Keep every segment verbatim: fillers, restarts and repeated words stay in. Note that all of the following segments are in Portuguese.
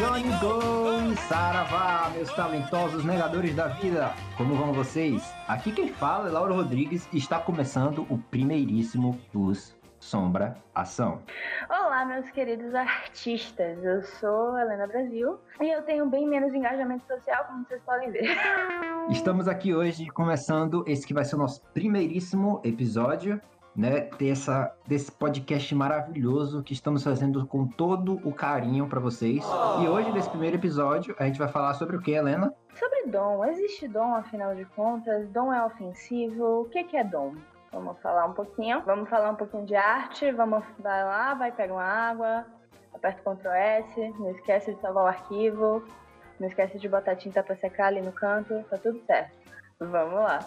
Onigon e Saravá, meus talentosos negadores da vida, como vão vocês? Aqui quem fala é Lauro Rodrigues e está começando o primeiríssimo dos Sombra Ação. Olá, meus queridos artistas, eu sou Helena Brasil e eu tenho bem menos engajamento social, como vocês podem ver. Estamos aqui hoje começando esse que vai ser o nosso primeiríssimo episódio, né, dessa, desse podcast maravilhoso que estamos fazendo com todo o carinho para vocês. Oh. E hoje, nesse primeiro episódio, a gente vai falar sobre o que, Helena? Sobre dom. Existe dom, afinal de contas? Dom é ofensivo? O que, que é dom? Vamos falar um pouquinho. Vamos falar um pouquinho de arte. Vamos vai lá, vai pegar uma água, aperta o control S, não esquece de salvar o arquivo, não esquece de botar tinta para secar ali no canto, tá tudo certo. Vamos lá.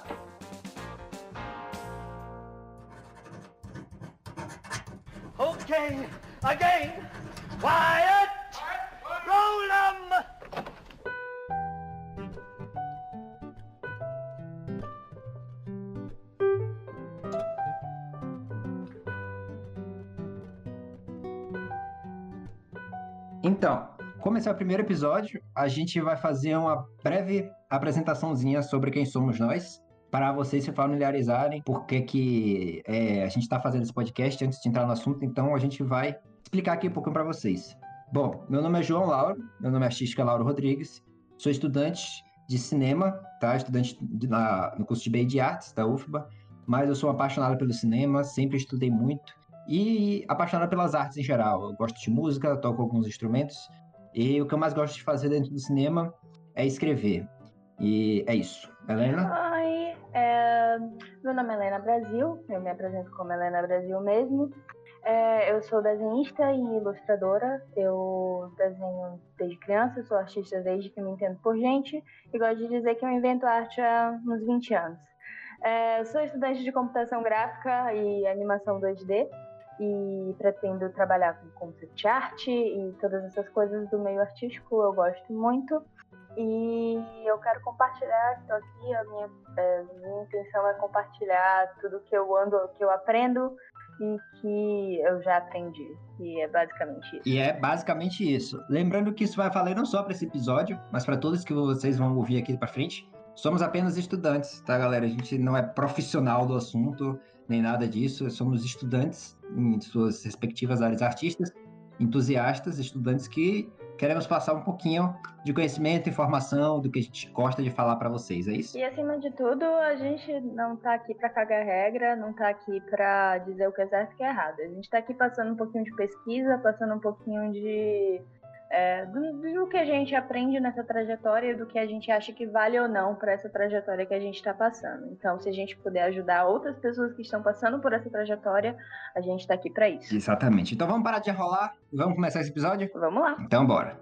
Okay, again, quiet, roll 'em! Então, como esse é o primeiro episódio, a gente vai fazer uma breve apresentaçãozinha sobre quem somos nós, para vocês se familiarizarem por que que é, a gente está fazendo esse podcast antes de entrar no assunto. Então, a gente vai explicar aqui um pouquinho para vocês. Bom, meu nome é João Lauro, meu nome artístico é Lauro Rodrigues, sou estudante de cinema, tá? Estudante de, na, no curso de B I de Artes da U F B A, mas eu sou apaixonado pelo cinema, sempre estudei muito e apaixonado pelas artes em geral. Eu gosto de música, toco alguns instrumentos e o que eu mais gosto de fazer dentro do cinema é escrever. E é isso. Helena? Oi, é... meu nome é Helena Brasil, eu me apresento como Helena Brasil mesmo. É, eu sou desenhista e ilustradora, eu desenho desde criança, sou artista desde que me entendo por gente e gosto de dizer que eu invento arte há uns vinte anos. É, eu sou estudante de computação gráfica e animação dois D e pretendo trabalhar com concept art e todas essas coisas do meio artístico, eu gosto muito. E eu quero compartilhar, estou aqui, a minha, é, minha intenção é compartilhar tudo que eu ando, que eu aprendo e que eu já aprendi, e é basicamente isso. E é basicamente isso. Lembrando que isso vai valer não só para esse episódio, mas para todos que vocês vão ouvir aqui para frente. Somos apenas estudantes, tá, galera? A gente não é profissional do assunto, nem nada disso. Somos estudantes em suas respectivas áreas artísticas, entusiastas, estudantes que queremos passar um pouquinho de conhecimento, informação do que a gente gosta de falar para vocês, é isso? E acima de tudo, a gente não tá aqui para cagar regra, não tá aqui para dizer o que é certo e o que é errado. A gente tá aqui passando um pouquinho de pesquisa, passando um pouquinho de é, do, do que a gente aprende nessa trajetória e do que a gente acha que vale ou não para essa trajetória que a gente está passando. Então, se a gente puder ajudar outras pessoas que estão passando por essa trajetória, a gente tá aqui para isso. Exatamente. Então vamos parar de enrolar e vamos começar esse episódio? Vamos lá. Então bora.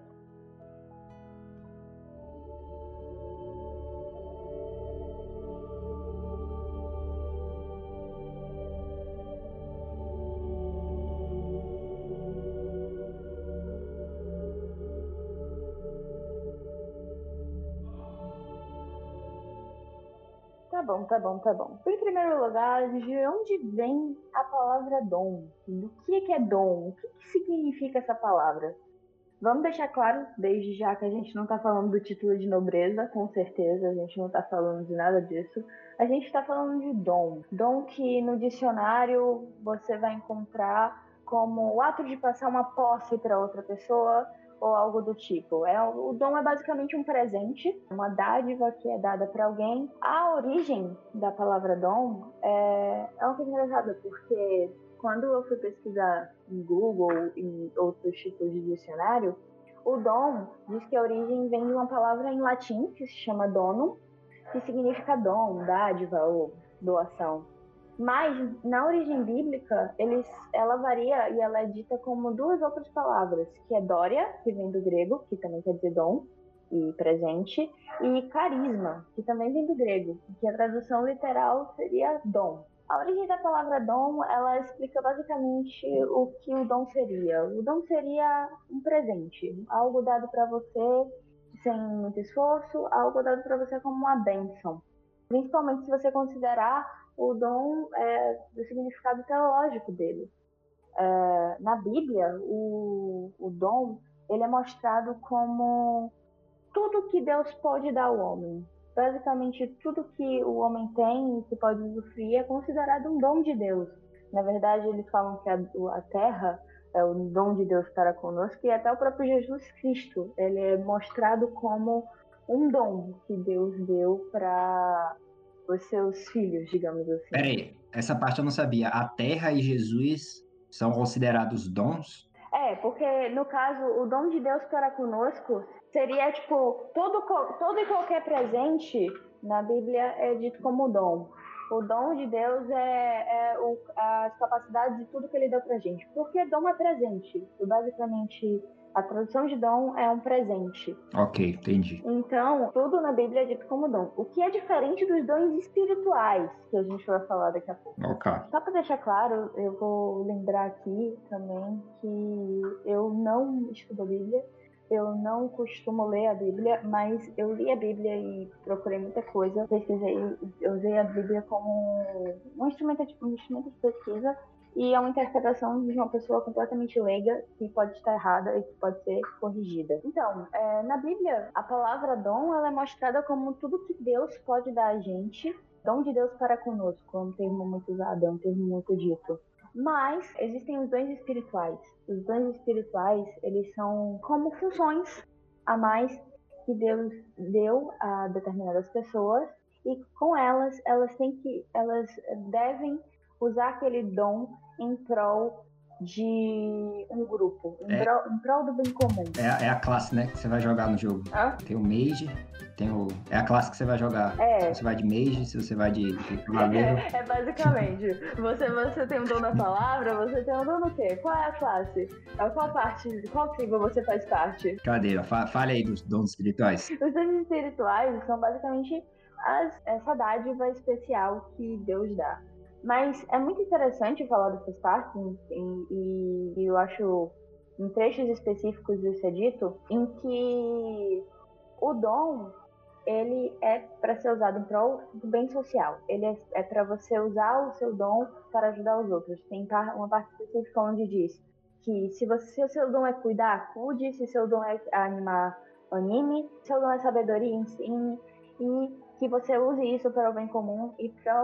Tá bom, tá bom, tá bom. Em primeiro lugar, de onde vem a palavra dom? Do que é dom? O que, que significa essa palavra? Vamos deixar claro, desde já, que a gente não tá falando do título de nobreza, com certeza, a gente não tá falando de nada disso. A gente tá falando de dom. Dom que no dicionário você vai encontrar como o ato de passar uma posse para outra pessoa, ou algo do tipo. É, o dom é basicamente um presente, uma dádiva que é dada para alguém. A origem da palavra dom é, é uma coisa engraçada, porque quando eu fui pesquisar em Google e outros tipos de dicionário, o dom diz que a origem vem de uma palavra em latim que se chama donum, que significa dom, dádiva ou doação. Mas, na origem bíblica, eles, ela varia e ela é dita como duas outras palavras, que é dória, que vem do grego, que também quer dizer dom e presente, e carisma, que também vem do grego, que a tradução literal seria dom. A origem da palavra dom, ela explica basicamente o que o dom seria. O dom seria um presente, algo dado para você sem muito esforço, algo dado para você como uma bênção. Principalmente se você considerar o dom é, do significado teológico dele. É, na Bíblia, o, o dom ele é mostrado como tudo que Deus pode dar ao homem. Basicamente, tudo que o homem tem e que pode usufruir é considerado um dom de Deus. Na verdade, eles falam que a, a terra é o dom de Deus para conosco, e até o próprio Jesus Cristo, ele é mostrado como um dom que Deus deu para os seus filhos, digamos assim. Peraí, essa parte eu não sabia. A terra e Jesus são considerados dons? É, porque no caso, o dom de Deus para conosco seria tipo, todo, todo e qualquer presente na Bíblia é dito como dom. O dom de Deus é, é o, as capacidades de tudo que ele deu pra gente. Porque dom é presente. E basicamente, a tradução de dom é um presente. Ok, entendi. Então, tudo na Bíblia é dito como dom. O que é diferente dos dons espirituais, que a gente vai falar daqui a pouco. Ok. Só para deixar claro, eu vou lembrar aqui também que eu não estudo a Bíblia. Eu não costumo ler a Bíblia, mas eu li a Bíblia e procurei muita coisa. Pesquisei, eu usei a Bíblia como um instrumento de, um instrumento de pesquisa, e é uma interpretação de uma pessoa completamente leiga, que pode estar errada e que pode ser corrigida. Então, é, na Bíblia, a palavra dom ela é mostrada como tudo que Deus pode dar a gente. Dom de Deus para conosco é um termo muito usado, é um termo muito dito. Mas existem os dons espirituais. Os dons espirituais, eles são como funções a mais que Deus deu a determinadas pessoas, e com elas, elas têm que, elas devem usar aquele dom em prol de um grupo, em, É. prol, em prol do bem comum. É, a- é a classe, né, que você vai jogar no jogo. Hã? Tem o Mage, tem o... É a classe que você vai jogar. É. Se você vai de Mage, se você vai de, de cavaleiro. É, é basicamente, você, você tem um dom da palavra, você tem um dom do quê? Qual é a classe? Qual parte, qual tribo você faz parte? Cadê? Fa- Fale aí dos dons espirituais. Os dons espirituais são basicamente as, essa dádiva especial que Deus dá. Mas é muito interessante falar dessas partes, e, e, e eu acho, em trechos específicos isso é dito, em que o dom, ele é para ser usado em prol do bem social. Ele é, é para você usar o seu dom para ajudar os outros. Tem uma parte específica onde diz que se, você, se o seu dom é cuidar, cuide. Se o seu dom é animar, anime. Se o seu dom é sabedoria, ensine. E que você use isso para o bem comum e para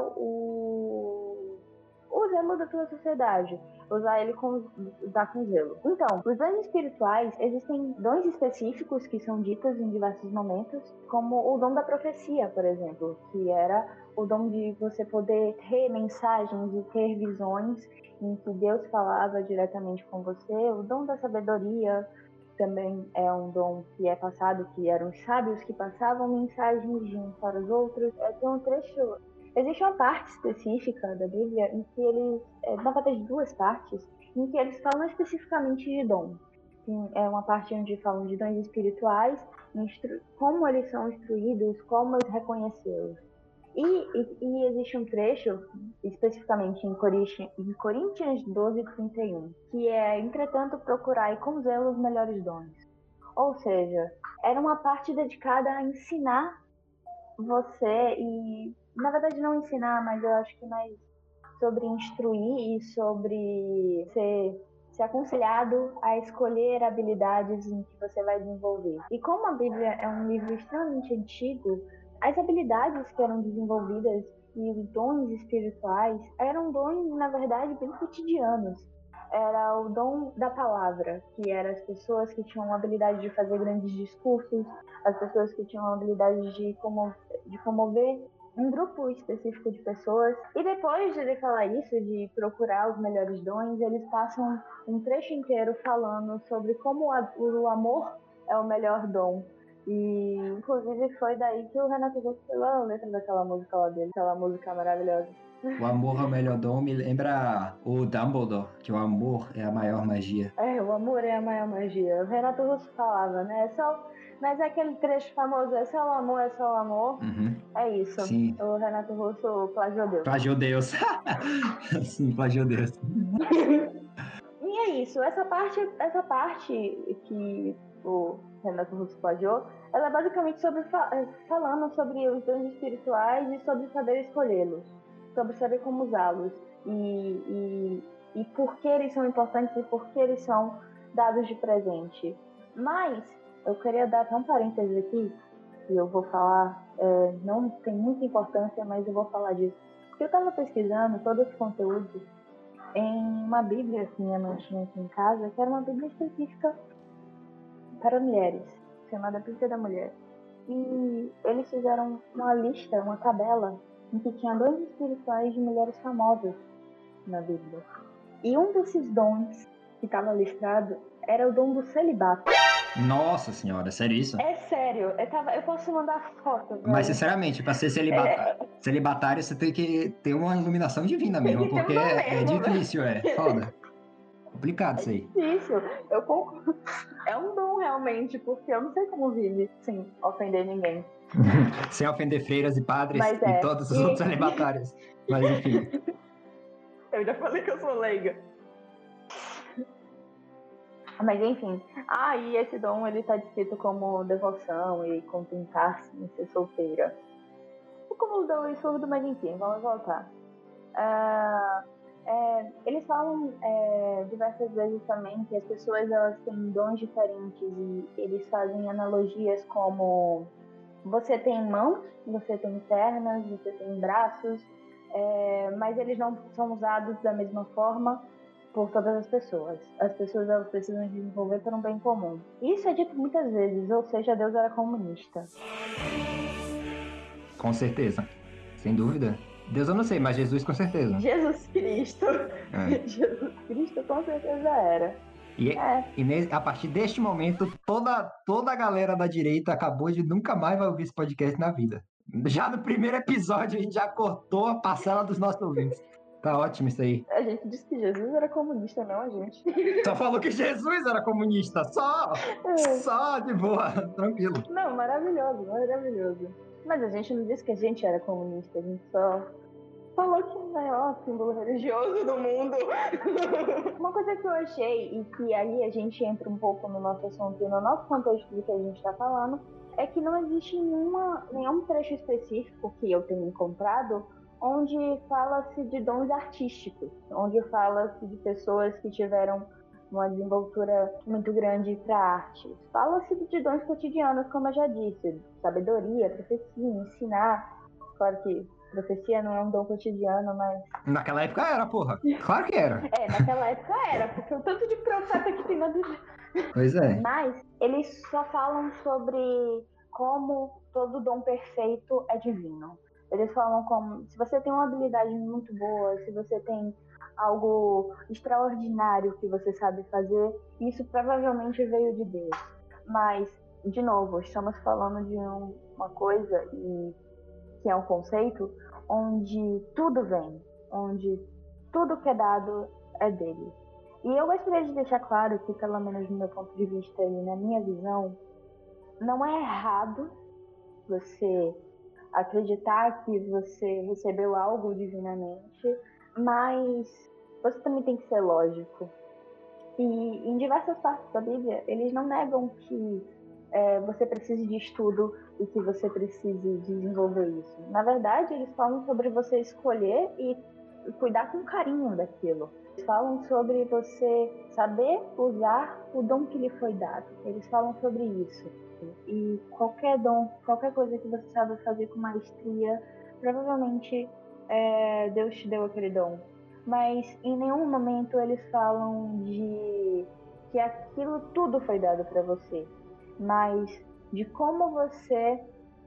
o, o zelo da tua sociedade. Usar ele com, usar com zelo. Então, os dons espirituais, existem dons específicos que são ditos em diversos momentos, como o dom da profecia, por exemplo, que era o dom de você poder ter mensagens e ter visões em que Deus falava diretamente com você. O dom da sabedoria também é um dom que é passado, que eram os sábios que passavam mensagens de uns para os outros. É, tem um trecho, existe uma parte específica da Bíblia em que eles, é, na verdade duas partes, em que eles falam especificamente de dom. É uma parte onde falam de dons espirituais, instru- como eles são instruídos, como eles reconhecê-los. E, e, e existe um trecho, especificamente em Coríntios, em Coríntios doze, trinta e um, que é, entretanto, procurai com zelo os melhores dons. Ou seja, era uma parte dedicada a ensinar você, e, na verdade, não ensinar, mas eu acho que mais sobre instruir e sobre ser, ser aconselhado a escolher habilidades em que você vai desenvolver. E como a Bíblia é um livro extremamente antigo, as habilidades que eram desenvolvidas e os dons espirituais eram dons, na verdade, bem cotidianos. Era o dom da palavra, que eram as pessoas que tinham a habilidade de fazer grandes discursos, as pessoas que tinham a habilidade de, como- de comover um grupo específico de pessoas. E depois de ele falar isso, de procurar os melhores dons, eles passam um trecho inteiro falando sobre como o amor é o melhor dom. E, inclusive, foi daí que o Renato Russo pegou a letra daquela música lá dele, aquela música maravilhosa. O amor é o melhor dom me lembra o Dumbledore, que o amor é a maior magia. É, o amor é a maior magia. O Renato Russo falava, né? É só, mas é aquele trecho famoso, é só o amor, é só o amor. Uhum. É isso. Sim. O Renato Russo plagiou Deus. Plagiou Deus. Sim, plagiou Deus. E é isso. Essa parte, essa parte que o Renato Russo plagiou, ela é basicamente sobre falando sobre os dons espirituais e sobre saber escolhê-los, sobre saber como usá-los e, e, e por que eles são importantes e por que eles são dados de presente. Mas eu queria dar até um parênteses aqui, que eu vou falar, é, não tem muita importância, mas eu vou falar disso. Porque eu estava pesquisando todo esse conteúdo em uma bíblia que minha mãe tinha aqui em casa, que era uma bíblia específica para mulheres, chamada Bíblia da Mulher. E eles fizeram uma lista, uma tabela, em que tinha dons espirituais de mulheres famosas na Bíblia. E um desses dons que estava listado era o dom do celibato. Nossa senhora, sério isso? É sério, eu, tava, eu posso mandar foto, velho. Mas, sinceramente, pra ser celibatário, É, celibatário, você tem que ter uma iluminação divina Tem mesmo, que ter porque um dom é, é mesmo, difícil, é. Foda. Complicado isso aí. difícil. Eu concordo. É um dom realmente, porque eu não sei como vive sem ofender ninguém. Sem ofender freiras e padres Mas e é. todos os E- outros celibatários. Mas, enfim. Eu já falei que eu sou leiga. Mas enfim, ah, e esse dom ele tá descrito como devoção e contentar-se em ser solteira. Ou como o dom e surdo, mas enfim, vamos voltar. Ah, é, eles falam é, diversas vezes também que as pessoas elas têm dons diferentes e eles fazem analogias como você tem mãos, você tem pernas, você tem braços, é, mas eles não são usados da mesma forma por todas as pessoas. As pessoas elas precisam desenvolver para um bem comum. Isso é dito muitas vezes, ou seja, Deus era comunista. Com certeza. Sem dúvida. Deus eu não sei, mas Jesus com certeza. Jesus Cristo, É. Jesus Cristo com certeza era. E, É, e ne- a partir deste momento, toda, toda a galera da direita acabou de nunca mais vai ouvir esse podcast na vida. Já no primeiro episódio, a gente já cortou a parcela dos nossos ouvintes. Tá ótimo isso aí. a gente disse que Jesus era comunista, não a gente. Só falou que Jesus era comunista. Só, só de boa, tranquilo. Não, maravilhoso, maravilhoso. Mas a gente não disse que a gente era comunista, a gente só falou que é o maior símbolo religioso do mundo. Uma coisa que eu achei, e que aí a gente entra um pouco no nosso assunto e no nosso contexto do que a gente está falando, é que não existe nenhuma, nenhum trecho específico que eu tenha encontrado onde fala-se de dons artísticos, onde fala-se de pessoas que tiveram uma desenvoltura muito grande para arte. Fala-se de dons cotidianos, como eu já disse, sabedoria, profecia, ensinar. Claro que profecia não é um dom cotidiano, mas... Naquela época era, porra. Claro que era. É, naquela época era, porque o tanto de profeta que tem na Bíblia. Pois é. Mas eles só falam sobre como todo dom perfeito é divino. Eles falam como, se você tem uma habilidade muito boa, se você tem algo extraordinário que você sabe fazer, isso provavelmente veio de Deus. Mas, de novo, estamos falando de um, uma coisa e, que é um conceito onde tudo vem, onde tudo que é dado é dele. E eu gostaria de deixar claro que, pelo menos no meu ponto de vista e na minha visão, não é errado você acreditar que você recebeu algo divinamente, mas você também tem que ser lógico. E em diversas partes da Bíblia, eles não negam que é, você precise de estudo e que você precise desenvolver isso. Na verdade, eles falam sobre você escolher e cuidar com carinho daquilo. Eles falam sobre você saber usar o dom que lhe foi dado. Eles falam sobre isso. E qualquer dom, qualquer coisa que você sabe fazer com maestria, provavelmente é, Deus te deu aquele dom. Mas em nenhum momento eles falam de que aquilo tudo foi dado para você, mas de como você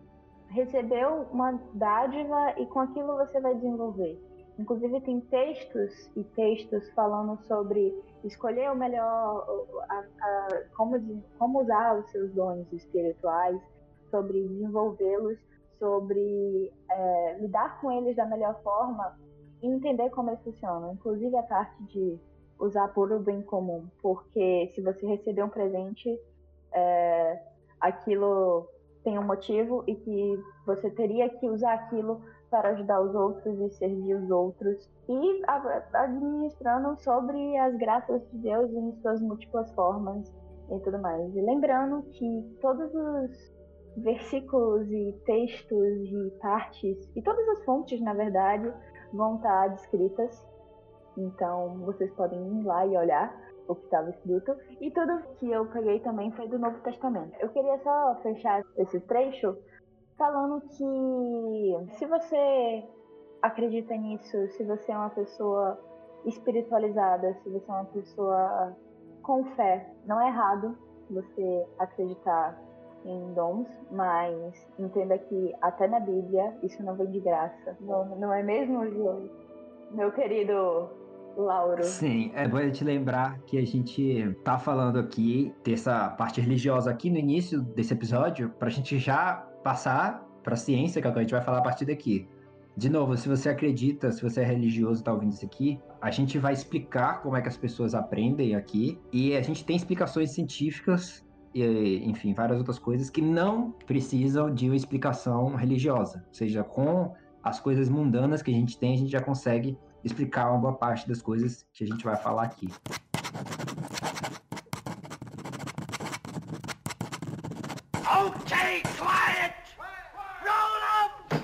recebeu uma dádiva e com aquilo você vai desenvolver. Inclusive tem textos e textos falando sobre escolher o melhor, a, a, como, como usar os seus dons espirituais, sobre desenvolvê-los, sobre é, lidar com eles da melhor forma e entender como eles funcionam. Inclusive a parte de usar por o bem comum, porque se você receber um presente, é, aquilo tem um motivo e que você teria que usar aquilo para ajudar os outros e servir os outros, e administrando sobre as graças de Deus em suas múltiplas formas e tudo mais. E lembrando que todos os versículos e textos e partes, e todas as fontes, na verdade, vão estar descritas Então, vocês podem ir lá e olhar o que estava escrito. E tudo que eu peguei também foi do Novo Testamento. Eu queria só fechar esse trecho falando que se você acredita nisso, se você é uma pessoa espiritualizada, se você é uma pessoa com fé, não é errado você acreditar em dons, mas entenda que até na Bíblia isso não vem de graça. Não, não é mesmo, João? Meu querido Lauro. Sim, é bom te lembrar que a gente tá falando aqui dessa parte religiosa aqui no início desse episódio, pra gente já passar pra ciência, que é o que a gente vai falar a partir daqui. De novo, se você acredita, se você é religioso e tá ouvindo isso aqui, a gente vai explicar como é que as pessoas aprendem aqui, e a gente tem explicações científicas, e, enfim, várias outras coisas que não precisam de uma explicação religiosa. Ou seja, com as coisas mundanas que a gente tem, a gente já consegue explicar uma boa parte das coisas que a gente vai falar aqui. Okay, quiet! Roll up!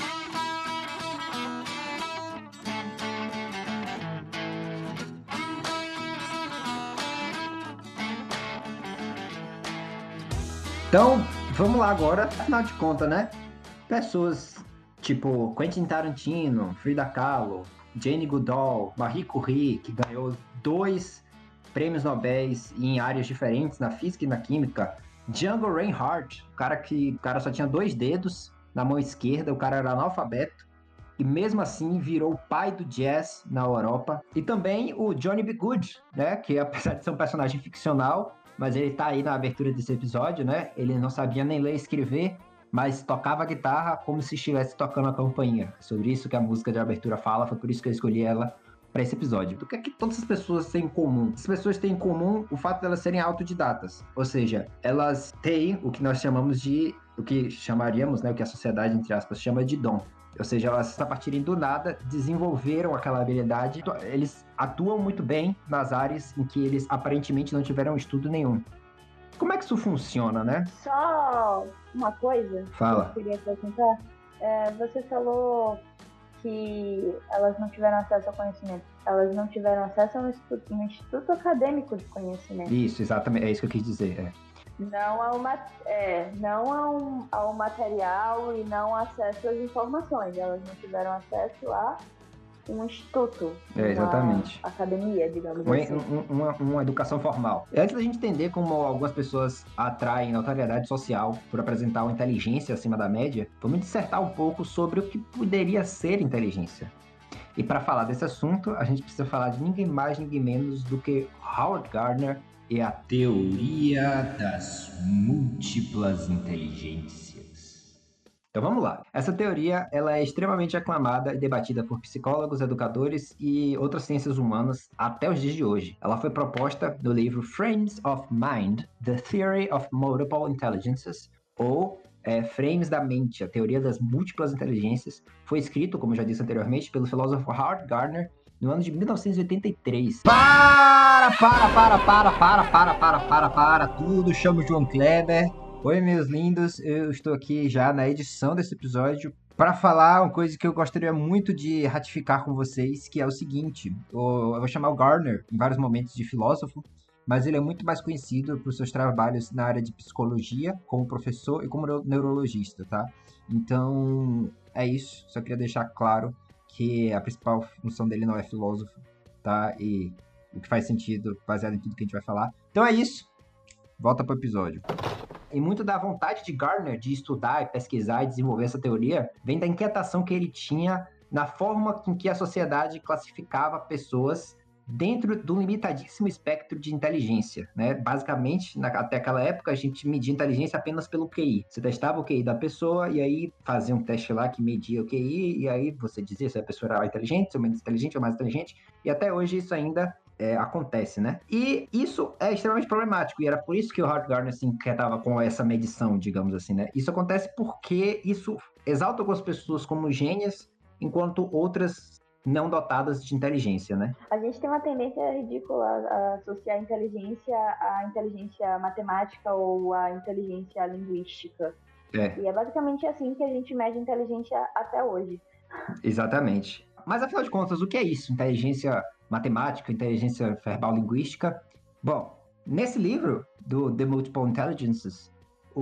Então, vamos lá agora, afinal de contas, né? Pessoas tipo Quentin Tarantino, Frida Kahlo, Jane Goodall, Marie Curie, que ganhou dois prêmios Nobel em áreas diferentes, na física e na química. Django Reinhardt, o cara que o cara só tinha dois dedos na mão esquerda, o cara era analfabeto, e mesmo assim virou o pai do jazz na Europa. E também o Johnny B. Good, né, que apesar de ser um personagem ficcional, mas ele tá aí na abertura desse episódio, né, ele não sabia nem ler e escrever, mas tocava guitarra como se estivesse tocando a campainha. É sobre isso que a música de abertura fala, foi por isso que eu escolhi ela para esse episódio. O que é que todas as pessoas têm em comum? As pessoas têm em comum o fato de elas serem autodidatas, ou seja, elas têm o que nós chamamos de, o que chamaríamos, né, o que a sociedade, entre aspas, chama de dom. Ou seja, elas, a partir do nada, desenvolveram aquela habilidade. Eles atuam muito bem nas áreas em que eles aparentemente não tiveram estudo nenhum. Como é que isso funciona, né? Só uma coisa Fala. que eu queria acrescentar. É, você falou que elas não tiveram acesso ao conhecimento. Elas não tiveram acesso a um instituto, um instituto acadêmico de conhecimento. Isso, exatamente. É isso que eu quis dizer. É. Não ao, é, não ao, ao material e não acesso às informações. Elas não tiveram acesso a um instituto, é, exatamente. Uma academia, digamos uma, assim. Um, uma, uma educação formal. Antes da gente entender como algumas pessoas atraem notoriedade social por apresentar uma inteligência acima da média, vamos dissertar um pouco sobre o que poderia ser inteligência. E para falar desse assunto, a gente precisa falar de ninguém mais, ninguém menos do que Howard Gardner e a teoria das múltiplas inteligências. Então vamos lá. Essa teoria ela é extremamente aclamada e debatida por psicólogos, educadores e outras ciências humanas até os dias de hoje. Ela foi proposta no livro Frames of Mind, The Theory of Multiple Intelligences, ou é, Frames da Mente, a teoria das múltiplas inteligências. Foi escrito, como já disse anteriormente, pelo filósofo Howard Gardner no ano de mil novecentos e oitenta e três. Para, para, para, para, para, para, para, para, para, tudo. Chamo João Kleber. Oi, meus lindos, eu estou aqui já na edição desse episódio para falar uma coisa que eu gostaria muito de ratificar com vocês, que é o seguinte, eu vou chamar o Gardner em vários momentos de filósofo, mas ele é muito mais conhecido por seus trabalhos na área de psicologia, como professor e como neurologista, tá? Então, é isso, só queria deixar claro que a principal função dele não é filósofo, tá? E o que faz sentido baseado em tudo que a gente vai falar. Então é isso, volta pro episódio. E muito da vontade de Gardner de estudar, e pesquisar e desenvolver essa teoria vem da inquietação que ele tinha na forma com que a sociedade classificava pessoas dentro do limitadíssimo espectro de inteligência, né? Basicamente, na, até aquela época, a gente media inteligência apenas pelo Q I. Você testava o Q I da pessoa e aí fazia um teste lá que media o Q I e aí você dizia se a pessoa era inteligente, se ou menos inteligente ou mais inteligente. E até hoje isso ainda É, acontece, né? E isso é extremamente problemático, e era por isso que o Howard Gardner se inquietava com essa medição, digamos assim, né? Isso acontece porque isso exalta algumas pessoas como gênias, enquanto outras não dotadas de inteligência, né? A gente tem uma tendência ridícula a associar a inteligência à inteligência matemática ou à inteligência linguística. É. E é basicamente assim que a gente mede inteligência até hoje. Exatamente. Mas, afinal de contas, o que é isso? Inteligência matemática, inteligência verbal linguística. Bom, nesse livro do The Multiple Intelligences,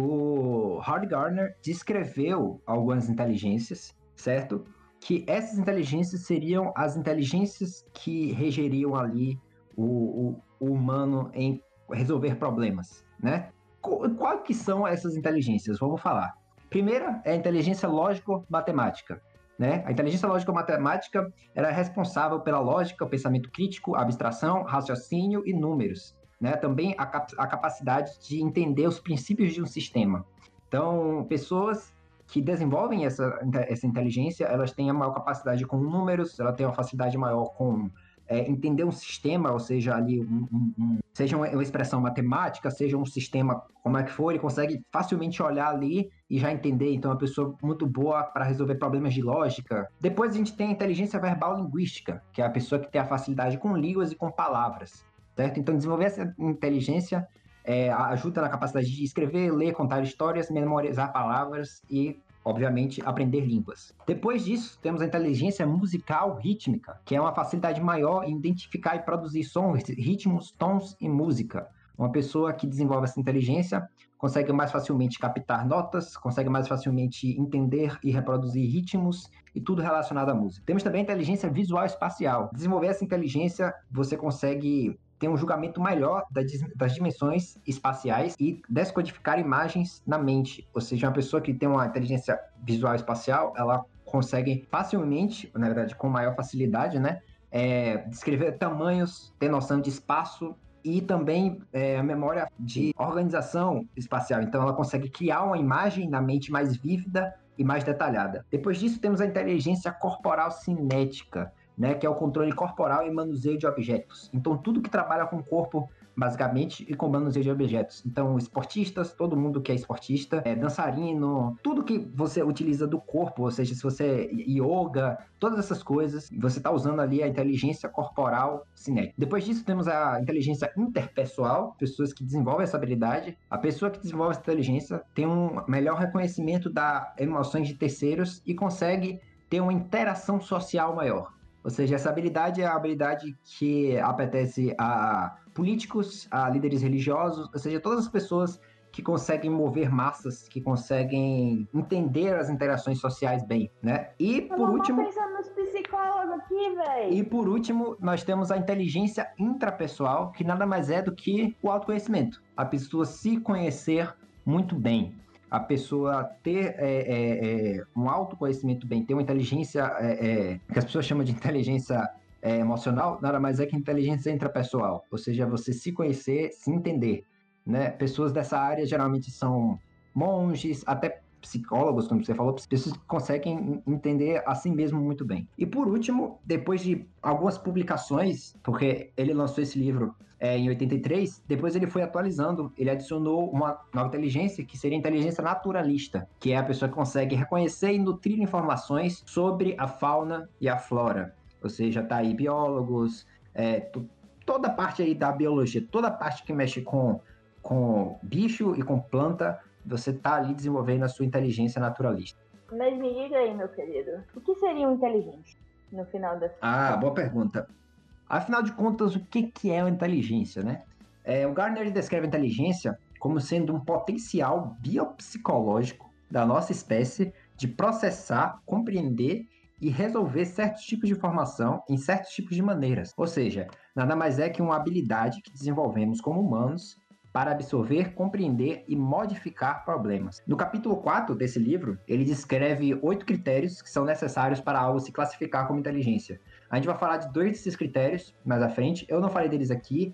o Howard Gardner descreveu algumas inteligências, certo? Que essas inteligências seriam as inteligências que regeriam ali o, o, o humano em resolver problemas, né? Quais que são essas inteligências? Vamos falar. Primeira é a inteligência lógico-matemática, né? A inteligência lógico-matemática era responsável pela lógica, o pensamento crítico, abstração, raciocínio e números, né? Também a, cap- a capacidade de entender os princípios de um sistema. Então, pessoas que desenvolvem essa, essa inteligência, elas têm a maior capacidade com números, elas têm uma facilidade maior com é, entender um sistema, ou seja, ali um, um, um, seja uma, uma expressão matemática, seja um sistema, como é que for, ele consegue facilmente olhar ali e já entender. Então, é uma pessoa muito boa para resolver problemas de lógica. Depois a gente tem a inteligência verbal linguística, que é a pessoa que tem a facilidade com línguas e com palavras, certo? Então, desenvolver essa inteligência É, ajuda na capacidade de escrever, ler, contar histórias, memorizar palavras e, obviamente, aprender línguas. Depois disso, temos a inteligência musical rítmica, que é uma facilidade maior em identificar e produzir sons, ritmos, tons e música. Uma pessoa que desenvolve essa inteligência consegue mais facilmente captar notas, consegue mais facilmente entender e reproduzir ritmos e tudo relacionado à música. Temos também a inteligência visual espacial. Desenvolver essa inteligência, você consegue ter um julgamento melhor das dimensões espaciais e descodificar imagens na mente. Ou seja, uma pessoa que tem uma inteligência visual espacial, ela consegue facilmente, na verdade, com maior facilidade, né, é, descrever tamanhos, ter noção de espaço e também é, a memória de organização espacial. Então, ela consegue criar uma imagem na mente mais vívida e mais detalhada. Depois disso, temos a inteligência corporal cinética, né, que é o controle corporal e manuseio de objetos. Então, tudo que trabalha com o corpo, basicamente, e com manuseio de objetos. Então, esportistas, todo mundo que é esportista, é, dançarino, tudo que você utiliza do corpo, ou seja, se você yoga, todas essas coisas, você está usando ali a inteligência corporal cinética. Depois disso, temos a inteligência interpessoal, pessoas que desenvolvem essa habilidade. A pessoa que desenvolve essa inteligência tem um melhor reconhecimento das emoções de terceiros e consegue ter uma interação social maior. Ou seja, essa habilidade é a habilidade que apetece a políticos, a líderes religiosos, ou seja, todas as pessoas que conseguem mover massas, que conseguem entender as interações sociais bem, né? E por Eu último... Eu pensando nos psicólogos aqui, velho. E por último, nós temos a inteligência intrapessoal, que nada mais é do que o autoconhecimento. A pessoa se conhecer muito bem. A pessoa ter é, é, é, um autoconhecimento bem, ter uma inteligência, é, é, que as pessoas chamam de inteligência é, emocional, nada mais é que inteligência intrapessoal, ou seja, você se conhecer, se entender, né? Pessoas dessa área geralmente são monges, até psicólogos, como você falou, pessoas que conseguem entender a si mesmo muito bem. E por último, depois de algumas publicações, porque ele lançou esse livro É, em oitenta e três, depois ele foi atualizando, ele adicionou uma nova inteligência, que seria a inteligência naturalista, que é a pessoa que consegue reconhecer e nutrir informações sobre a fauna e a flora. Ou seja, tá aí biólogos, é, t- toda a parte aí da biologia, toda a parte que mexe com, com bicho e com planta, você tá ali desenvolvendo a sua inteligência naturalista. Mas me diga aí, meu querido, o que seria uma inteligência no final das Ah, boa pergunta. Afinal de contas, o que, que é a inteligência, né? É, o Gardner descreve a inteligência como sendo um potencial biopsicológico da nossa espécie de processar, compreender e resolver certos tipos de informação em certos tipos de maneiras. Ou seja, nada mais é que uma habilidade que desenvolvemos como humanos para absorver, compreender e modificar problemas. No capítulo quatro desse livro, ele descreve oito critérios que são necessários para algo se classificar como inteligência. A gente vai falar de dois desses critérios mais à frente. Eu não falei deles aqui,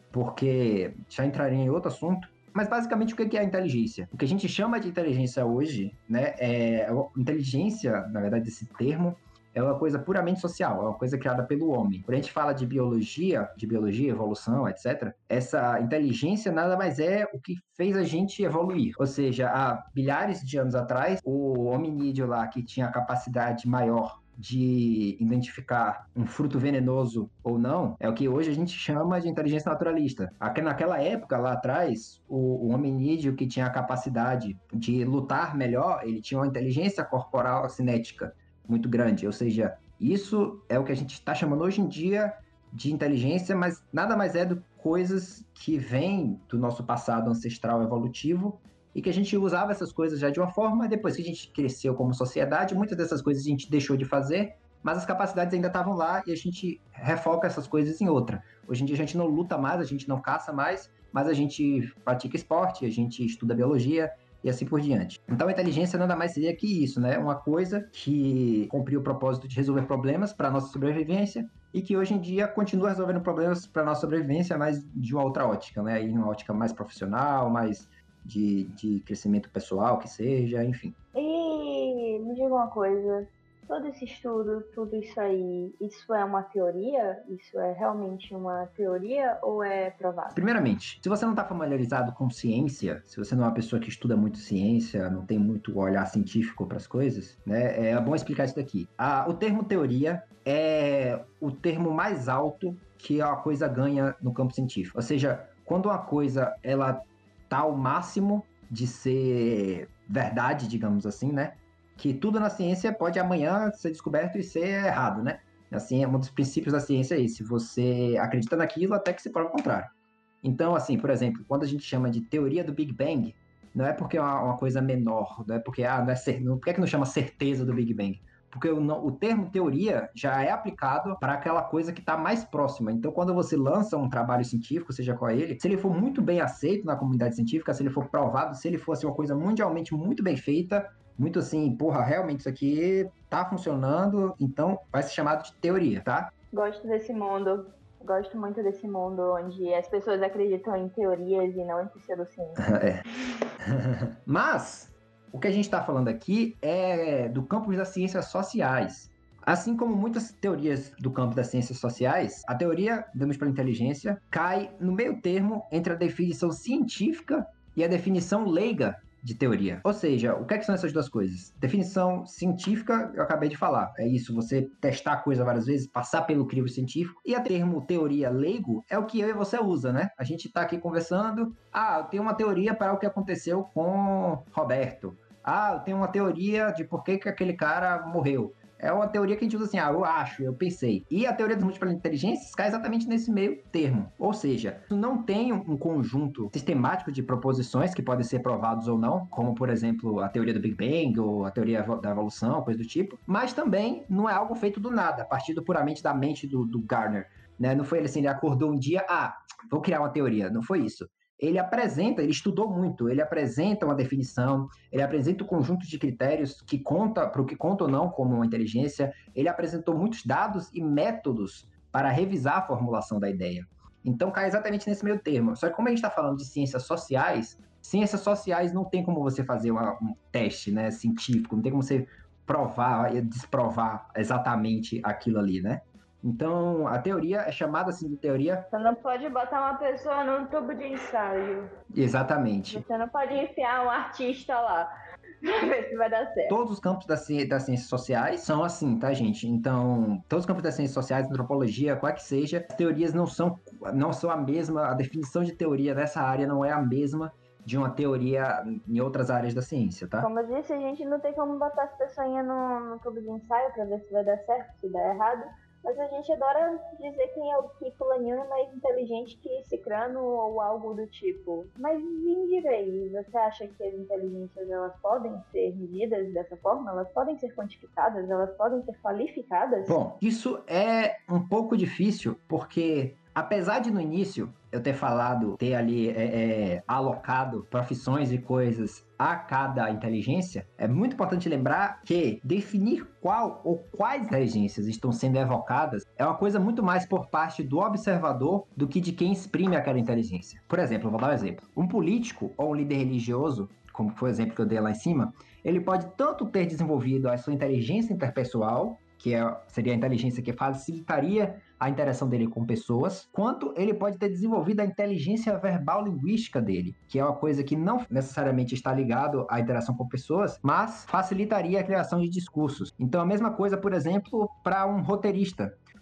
porque já entraria em outro assunto. Mas basicamente o que é a inteligência? O que a gente chama de inteligência hoje, né, é inteligência, na verdade, esse termo, é uma coisa puramente social, é uma coisa criada pelo homem. Quando a gente fala de biologia, de biologia, evolução, etcétera, essa inteligência nada mais é o que fez a gente evoluir. Ou seja, há milhares de anos atrás, o hominídeo lá que tinha a capacidade maior de identificar um fruto venenoso ou não, é o que hoje a gente chama de inteligência naturalista. Aqui naquela época, lá atrás, o, o hominídeo que tinha a capacidade de lutar melhor, ele tinha uma inteligência corporal cinética muito grande, ou seja, isso é o que a gente está chamando hoje em dia de inteligência, mas nada mais é do que coisas que vêm do nosso passado ancestral evolutivo e que a gente usava essas coisas já de uma forma, e depois que a gente cresceu como sociedade, muitas dessas coisas a gente deixou de fazer, mas as capacidades ainda estavam lá e a gente refoca essas coisas em outra. Hoje em dia a gente não luta mais, a gente não caça mais, mas a gente pratica esporte, a gente estuda biologia e assim por diante. Então a inteligência nada mais seria que isso, né? Uma coisa que cumpriu o propósito de resolver problemas para a nossa sobrevivência e que hoje em dia continua resolvendo problemas para a nossa sobrevivência, mas de uma outra ótica, né? Em uma ótica mais profissional, mais de, de crescimento pessoal, que seja, enfim. E me diga uma coisa, todo esse estudo, tudo isso aí, isso é uma teoria? Isso é realmente uma teoria ou é provado? Primeiramente, se você não está familiarizado com ciência, se você não é uma pessoa que estuda muito ciência, não tem muito olhar científico para as coisas, né, é bom explicar isso daqui. Ah, o termo teoria é o termo mais alto que a coisa ganha no campo científico. Ou seja, quando uma coisa ela tá ao máximo de ser verdade, digamos assim, né? Que tudo na ciência pode amanhã ser descoberto e ser errado, né? Assim, é um dos princípios da ciência é esse. Você acredita naquilo até que se prova o contrário. Então, assim, por exemplo, quando a gente chama de teoria do Big Bang, não é porque é uma, uma coisa menor, não é porque, ah, não é cer- não, por que, é que não chama certeza do Big Bang? Porque o, não- o termo teoria já é aplicado para aquela coisa que está mais próxima. Então, quando você lança um trabalho científico, seja qual ele, se ele for muito bem aceito na comunidade científica, se ele for provado, se ele fosse uma coisa mundialmente muito bem feita, muito assim, porra, realmente isso aqui tá funcionando, então vai ser chamado de teoria, tá? Gosto desse mundo. Gosto muito desse mundo onde as pessoas acreditam em teorias e não em pseudociência. É. Mas o que a gente está falando aqui é do campo das ciências sociais. Assim como muitas teorias do campo das ciências sociais, a teoria da múltipla inteligência cai no meio termo entre a definição científica e a definição leiga de teoria. Ou seja, o que, é que são essas duas coisas? Definição científica, eu acabei de falar. É isso, você testar a coisa várias vezes, passar pelo crivo científico. E a termo teoria leigo é o que eu e você usa, né? A gente tá aqui conversando. Ah, eu tenho uma teoria para o que aconteceu com Roberto. Ah, eu tenho uma teoria de por que, que aquele cara morreu. É uma teoria que a gente usa assim, ah, eu acho, eu pensei. E a teoria das múltiplas inteligências cai exatamente nesse meio termo. Ou seja, não tem um conjunto sistemático de proposições que podem ser provados ou não, como, por exemplo, a teoria do Big Bang ou a teoria da evolução, coisa do tipo. Mas também não é algo feito do nada, partido puramente da mente do, do Gardner. Né? Não foi ele assim, ele acordou um dia, ah, vou criar uma teoria. Não foi isso. Ele apresenta, ele estudou muito, ele apresenta uma definição, ele apresenta um conjunto de critérios que conta, para o que conta ou não como uma inteligência, ele apresentou muitos dados e métodos para revisar a formulação da ideia. Então cai exatamente nesse meio termo. Só que como a gente está falando de ciências sociais, ciências sociais não tem como você fazer uma, um teste, né, científico, não tem como você provar e desprovar exatamente aquilo ali, né? Então, a teoria é chamada assim de teoria... Você não pode botar uma pessoa num tubo de ensaio. Exatamente. Você não pode enfiar um artista lá pra ver se vai dar certo. Todos os campos das, ci- das ciências sociais são assim, tá, gente? Então, todos os campos das ciências sociais, antropologia, qual que seja, as teorias não são, não são a mesma, a definição de teoria nessa área não é a mesma de uma teoria em outras áreas da ciência, tá? Como eu disse, a gente não tem como botar as pessoinhas no, no tubo de ensaio pra ver se vai dar certo, se der errado. Mas a gente adora dizer quem é o que fulaninho é mais inteligente que cicrano ou algo do tipo. Mas me diga aí, você acha que as inteligências elas podem ser medidas dessa forma? Elas podem ser quantificadas? Elas podem ser qualificadas? Bom, isso é um pouco difícil, porque apesar de no início eu ter falado, ter ali é, é, alocado profissões e coisas a cada inteligência, é muito importante lembrar que definir qual ou quais inteligências estão sendo evocadas é uma coisa muito mais por parte do observador do que de quem exprime aquela inteligência. Por exemplo, eu vou dar um exemplo. Um político ou um líder religioso, como foi o exemplo que eu dei lá em cima, ele pode tanto ter desenvolvido a sua inteligência interpessoal, que é, seria a inteligência que facilitaria a interação dele com pessoas, quanto ele pode ter desenvolvido a inteligência verbal linguística dele, que é uma coisa que não necessariamente está ligado à interação com pessoas, mas facilitaria a criação de discursos. Então, a mesma coisa, por exemplo, para um roteirista.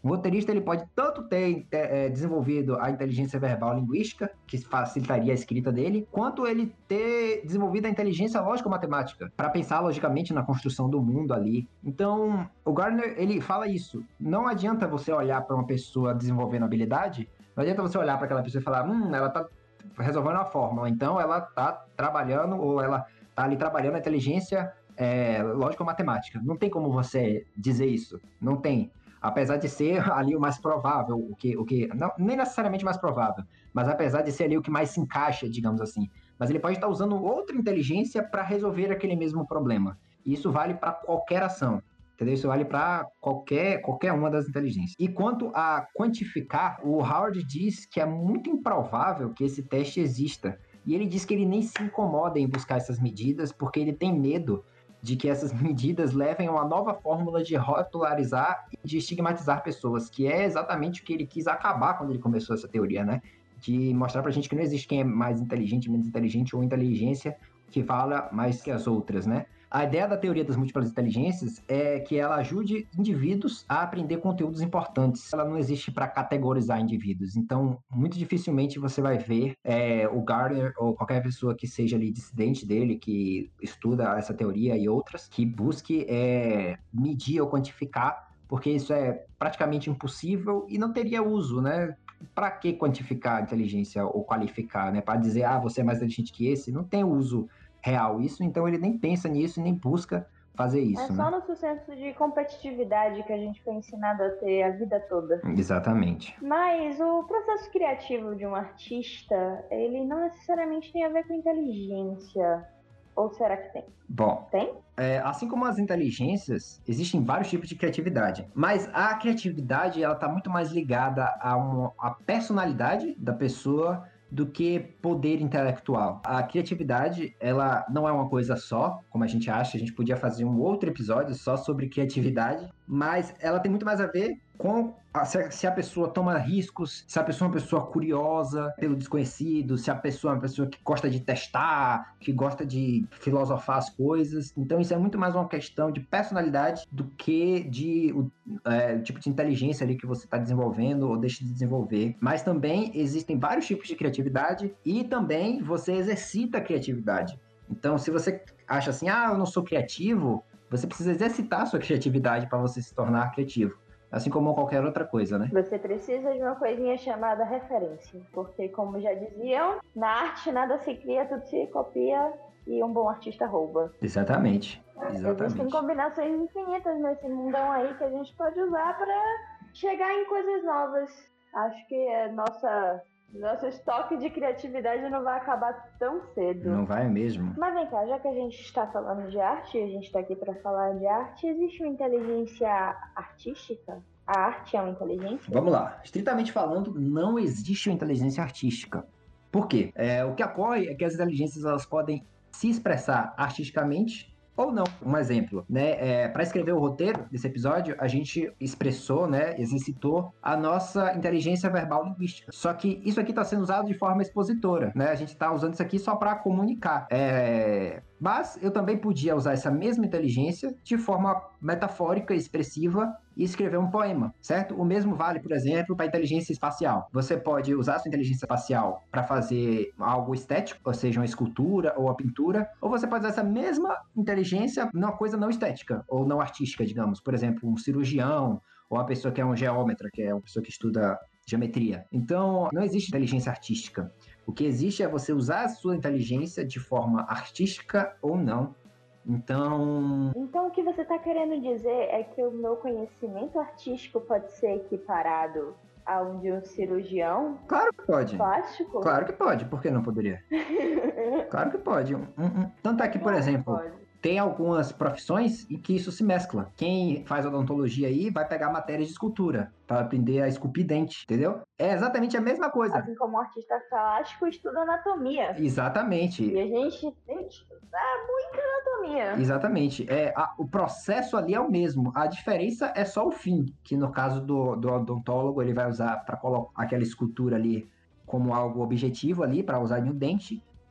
O roteirista ele pode tanto ter é, desenvolvido a inteligência verbal linguística, que facilitaria a escrita dele, quanto ele ter desenvolvido a inteligência lógico-matemática, para pensar logicamente na construção do mundo ali. Então, o Gardner, ele fala isso. Não adianta você olhar para uma pessoa desenvolvendo habilidade, não adianta você olhar para aquela pessoa e falar, hum, ela tá resolvendo uma fórmula, então ela tá trabalhando, ou ela tá ali trabalhando a inteligência é, lógico-matemática. Não tem como você dizer isso. Não tem. Apesar de ser ali o mais provável, o que, o que não, nem necessariamente mais provável, mas apesar de ser ali o que mais se encaixa, digamos assim. Mas ele pode estar usando outra inteligência para resolver aquele mesmo problema. E isso vale para qualquer ação, entendeu? Isso vale para qualquer, qualquer uma das inteligências. E quanto a quantificar, o Howard diz que é muito improvável que esse teste exista. E ele diz que ele nem se incomoda em buscar essas medidas porque ele tem medo de que essas medidas levem a uma nova fórmula de rotularizar e de estigmatizar pessoas, que é exatamente o que ele quis acabar quando ele começou essa teoria, né? De mostrar pra gente que não existe quem é mais inteligente, menos inteligente, ou inteligência que fala mais que as outras, né? A ideia da teoria das múltiplas inteligências é que ela ajude indivíduos a aprender conteúdos importantes. Ela não existe para categorizar indivíduos. Então, muito dificilmente você vai ver é, o Gardner ou qualquer pessoa que seja ali dissidente dele, que estuda essa teoria e outras, que busque é, medir ou quantificar, porque isso é praticamente impossível e não teria uso, né? Para que quantificar a inteligência ou qualificar, né? Para dizer, ah, você é mais inteligente que esse, não tem uso real isso, então ele nem pensa nisso e nem busca fazer isso. É né? só no senso de competitividade que a gente foi ensinado a ter a vida toda. Exatamente. Mas o processo criativo de um artista, ele não necessariamente tem a ver com inteligência. Ou será que tem? Bom, tem? É, assim como as inteligências, existem vários tipos de criatividade. Mas a criatividade, ela está muito mais ligada a uma, a personalidade da pessoa do que poder intelectual. A criatividade, ela não é uma coisa só, como a gente acha. A gente podia fazer um outro episódio só sobre criatividade, mas ela tem muito mais a ver com a, se a pessoa toma riscos, se a pessoa é uma pessoa curiosa pelo desconhecido, se a pessoa é uma pessoa que gosta de testar, que gosta de filosofar as coisas. Então isso é muito mais uma questão de personalidade do que de o é, tipo de inteligência ali que você está desenvolvendo ou deixa de desenvolver. Mas também existem vários tipos de criatividade e também você exercita a criatividade. Então se você acha assim, ah, eu não sou criativo, você precisa exercitar a sua criatividade para você se tornar criativo. Assim como qualquer outra coisa, né? Você precisa de uma coisinha chamada referência. Porque, como já diziam, na arte nada se cria, tudo se copia e um bom artista rouba. Exatamente. Exatamente. Existem combinações infinitas nesse mundão aí que a gente pode usar para chegar em coisas novas. Acho que a nossa... Nosso estoque de criatividade não vai acabar tão cedo. Não vai mesmo. Mas vem cá, já que a gente está falando de arte, a gente está aqui para falar de arte, existe uma inteligência artística? A arte é uma inteligência? Vamos lá. Estritamente falando, não existe uma inteligência artística. Por quê? É, o que ocorre é que as inteligências elas podem se expressar artisticamente ou não. Um exemplo, né? É, para escrever o roteiro desse episódio, a gente expressou, né? Exercitou a nossa inteligência verbal linguística. Só que isso aqui está sendo usado de forma expositora, né? A gente está usando isso aqui só para comunicar. É... Mas eu também podia usar essa mesma inteligência de forma metafórica, expressiva e escrever um poema, certo? O mesmo vale, por exemplo, para a inteligência espacial. Você pode usar a sua inteligência espacial para fazer algo estético, ou seja, uma escultura ou uma pintura, ou você pode usar essa mesma inteligência numa coisa não estética ou não artística, digamos. Por exemplo, um cirurgião ou uma pessoa que é um geômetra, que é uma pessoa que estuda geometria. Então, não existe inteligência artística. O que existe é você usar a sua inteligência de forma artística ou não. Então... Então, o que você está querendo dizer é que o meu conhecimento artístico pode ser equiparado ao de um cirurgião? Claro que pode. Plástico? Claro que pode. Por que não poderia? Claro que pode. Um, um, tanto é que, por exemplo... Pode. Tem algumas profissões em que isso se mescla. Quem faz odontologia aí vai pegar matérias de escultura para aprender a esculpir dente, entendeu? É exatamente a mesma coisa. Assim como o artista plástico estuda anatomia. Exatamente. E a gente tem que estudar muita anatomia. Exatamente. É, a, o processo ali é o mesmo. A diferença é só o fim, que no caso do, do odontólogo ele vai usar para colocar aquela escultura ali como algo objetivo ali, para usar em um dente.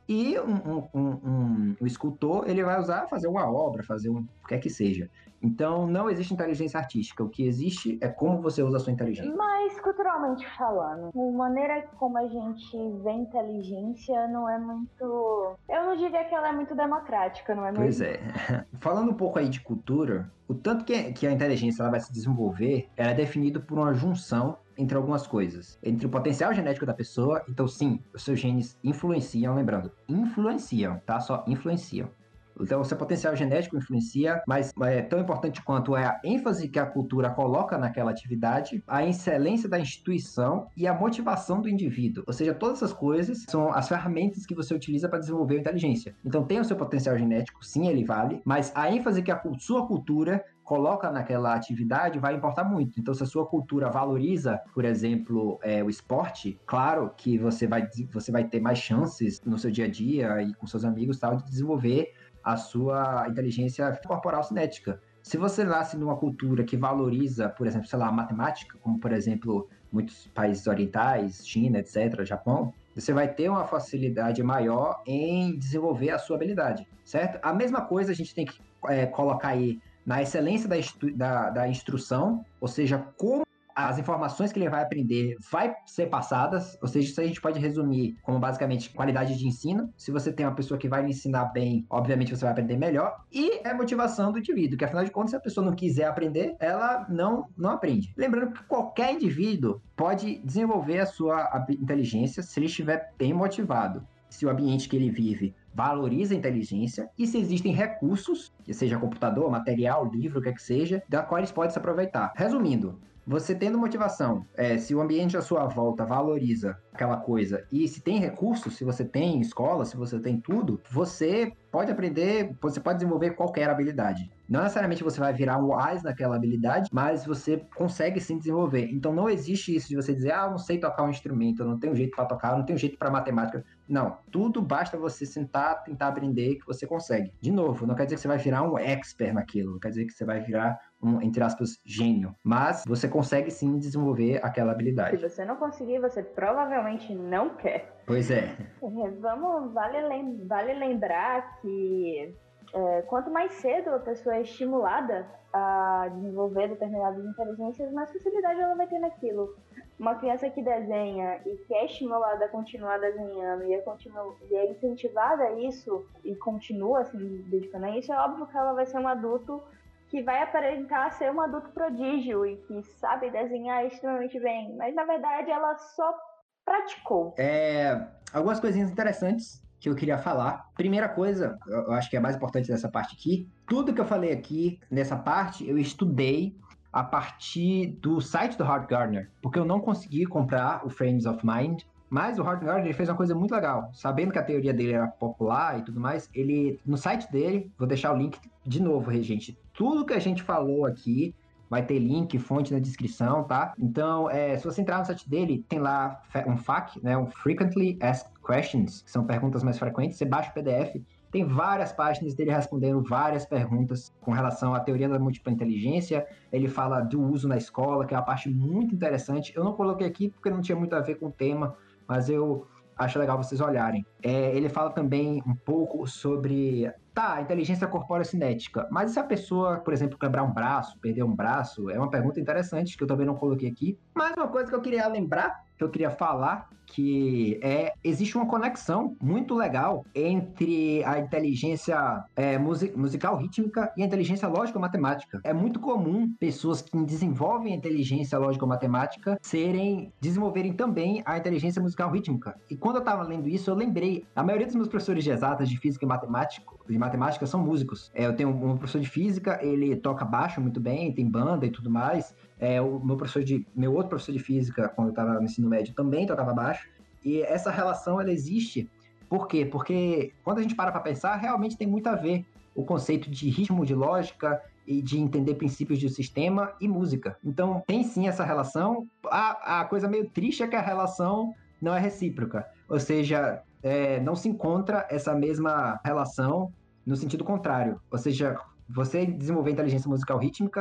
E um, um, um, um, um escultor, ele vai usar fazer uma obra, fazer um, o que é que seja. Então, não existe inteligência artística. O que existe é como você usa a sua inteligência. Mas, culturalmente falando, a maneira como a gente vê inteligência não é muito... Eu não diria que ela é muito democrática, não é mesmo? Pois é. Falando um pouco aí de cultura, o tanto que, que a inteligência ela vai se desenvolver, ela é definido por uma junção entre algumas coisas. Entre o potencial genético da pessoa, então sim, os seus genes influenciam, lembrando, influenciam, tá? Só influenciam. Então, o seu potencial genético influencia, mas é tão importante quanto é a ênfase que a cultura coloca naquela atividade, a excelência da instituição e a motivação do indivíduo. Ou seja, todas essas coisas são as ferramentas que você utiliza para desenvolver a inteligência. Então, tem o seu potencial genético, sim, ele vale, mas a ênfase que a sua cultura coloca naquela atividade vai importar muito. Então, se a sua cultura valoriza, por exemplo, é, o esporte, claro que você vai, você vai ter mais chances no seu dia a dia e com seus amigos tal, de desenvolver a sua inteligência corporal cinética. Se você nasce numa cultura que valoriza, por exemplo, sei lá, a matemática, como, por exemplo, muitos países orientais, China, etcétera, Japão, você vai ter uma facilidade maior em desenvolver a sua habilidade, certo? A mesma coisa a gente tem que é, colocar aí na excelência da, instru- da, da instrução, ou seja, como as informações que ele vai aprender vai ser passadas, ou seja, isso a gente pode resumir como basicamente qualidade de ensino. Se você tem uma pessoa que vai lhe ensinar bem, obviamente você vai aprender melhor. E é motivação do indivíduo, que afinal de contas, se a pessoa não quiser aprender, ela não, não aprende. Lembrando que qualquer indivíduo pode desenvolver a sua inteligência se ele estiver bem motivado. Se o ambiente que ele vive valoriza a inteligência e se existem recursos, que seja computador, material, livro, o que é que seja, da qual eles podem se aproveitar. Resumindo, você tendo motivação, é, se o ambiente à sua volta valoriza aquela coisa e se tem recursos, se você tem escola, se você tem tudo, você pode aprender, você pode desenvolver qualquer habilidade. Não necessariamente você vai virar um wise naquela habilidade, mas você consegue sim desenvolver. Então não existe isso de você dizer, ah, eu não sei tocar um instrumento, eu não tenho jeito para tocar, eu não tenho jeito para matemática. Não, tudo basta você sentar, tentar aprender que você consegue. De novo, não quer dizer que você vai virar um expert naquilo, não quer dizer que você vai virar um, entre aspas, gênio. Mas você consegue sim desenvolver aquela habilidade. Se você não conseguir, você provavelmente não quer. Pois é. Vamos, vale, lem- vale lembrar que é, quanto mais cedo a pessoa é estimulada a desenvolver determinadas inteligências, mais facilidade ela vai ter naquilo. Uma criança que desenha e que é estimulada a continuar desenhando e é, continu- e é incentivada a isso e continua assim, dedicando a isso, é óbvio que ela vai ser um adulto que vai aparentar ser um adulto prodígio e que sabe desenhar extremamente bem, mas na verdade ela só praticou. É, algumas coisinhas interessantes que eu queria falar. Primeira coisa, eu acho que é a mais importante dessa parte aqui, tudo que eu falei aqui nessa parte, eu estudei a partir do site do Howard Gardner, porque eu não consegui comprar o Frames of Mind, mas o Howard Gardner fez uma coisa muito legal. Sabendo que a teoria dele era popular e tudo mais, ele, no site dele, vou deixar o link de novo, gente, tudo que a gente falou aqui, vai ter link, fonte na descrição, tá? Então, é, se você entrar no site dele, tem lá um F A Q, né? Um Frequently Asked Questions, que são perguntas mais frequentes. Você baixa o P D F, tem várias páginas dele respondendo várias perguntas com relação à teoria da múltipla inteligência. Ele fala do uso na escola, que é uma parte muito interessante. Eu não coloquei aqui porque não tinha muito a ver com o tema, mas eu acho legal vocês olharem. É, ele fala também um pouco sobre... Tá, inteligência corpórea cinética. Mas se a pessoa, por exemplo, quebrar um braço, perder um braço, é uma pergunta interessante que eu também não coloquei aqui. Mas uma coisa que eu queria lembrar, que eu queria falar, que é, existe uma conexão muito legal entre a inteligência é, music, musical rítmica e a inteligência lógico-matemática. É muito comum pessoas que desenvolvem a inteligência lógico-matemática serem, desenvolverem também a inteligência musical rítmica. E quando eu estava lendo isso, eu lembrei, a maioria dos meus professores de exatas, de física e matemática, de matemática são músicos. É, eu tenho um professor de física, ele toca baixo muito bem, tem banda e tudo mais. É, o meu professor de, meu outro professor de física, quando eu estava no ensino médio, também tocava baixo. E essa relação, ela existe. Por quê? Porque quando a gente para para pensar, realmente tem muito a ver o conceito de ritmo, de lógica e de entender princípios de sistema e música. Então, tem sim essa relação. A, a coisa meio triste é que a relação não é recíproca. Ou seja, é, não se encontra essa mesma relação no sentido contrário. Ou seja, você desenvolver inteligência musical rítmica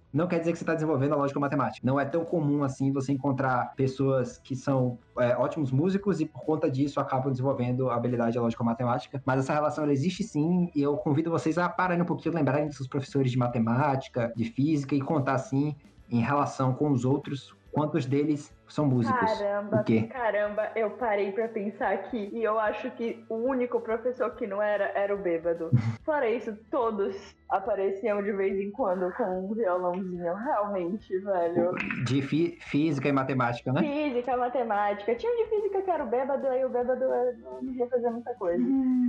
não quer dizer que você está desenvolvendo a lógica matemática. Não é tão comum assim você encontrar pessoas que são é, ótimos músicos e por conta disso acabam desenvolvendo a habilidade da lógica matemática. Mas essa relação ela existe sim, e eu convido vocês a pararem um pouquinho, lembrarem dos seus professores de matemática, de física e contar assim, em relação com os outros, quantos deles são músicos. Caramba, o quê? caramba, eu parei pra pensar aqui e eu acho que o único professor que não era, era o bêbado. Fora isso, todos apareciam de vez em quando com um violãozinho, realmente, velho. De fi- física e matemática, né? Física, matemática. Tinha um de física que era o bêbado, aí o bêbado não ia fazer muita coisa.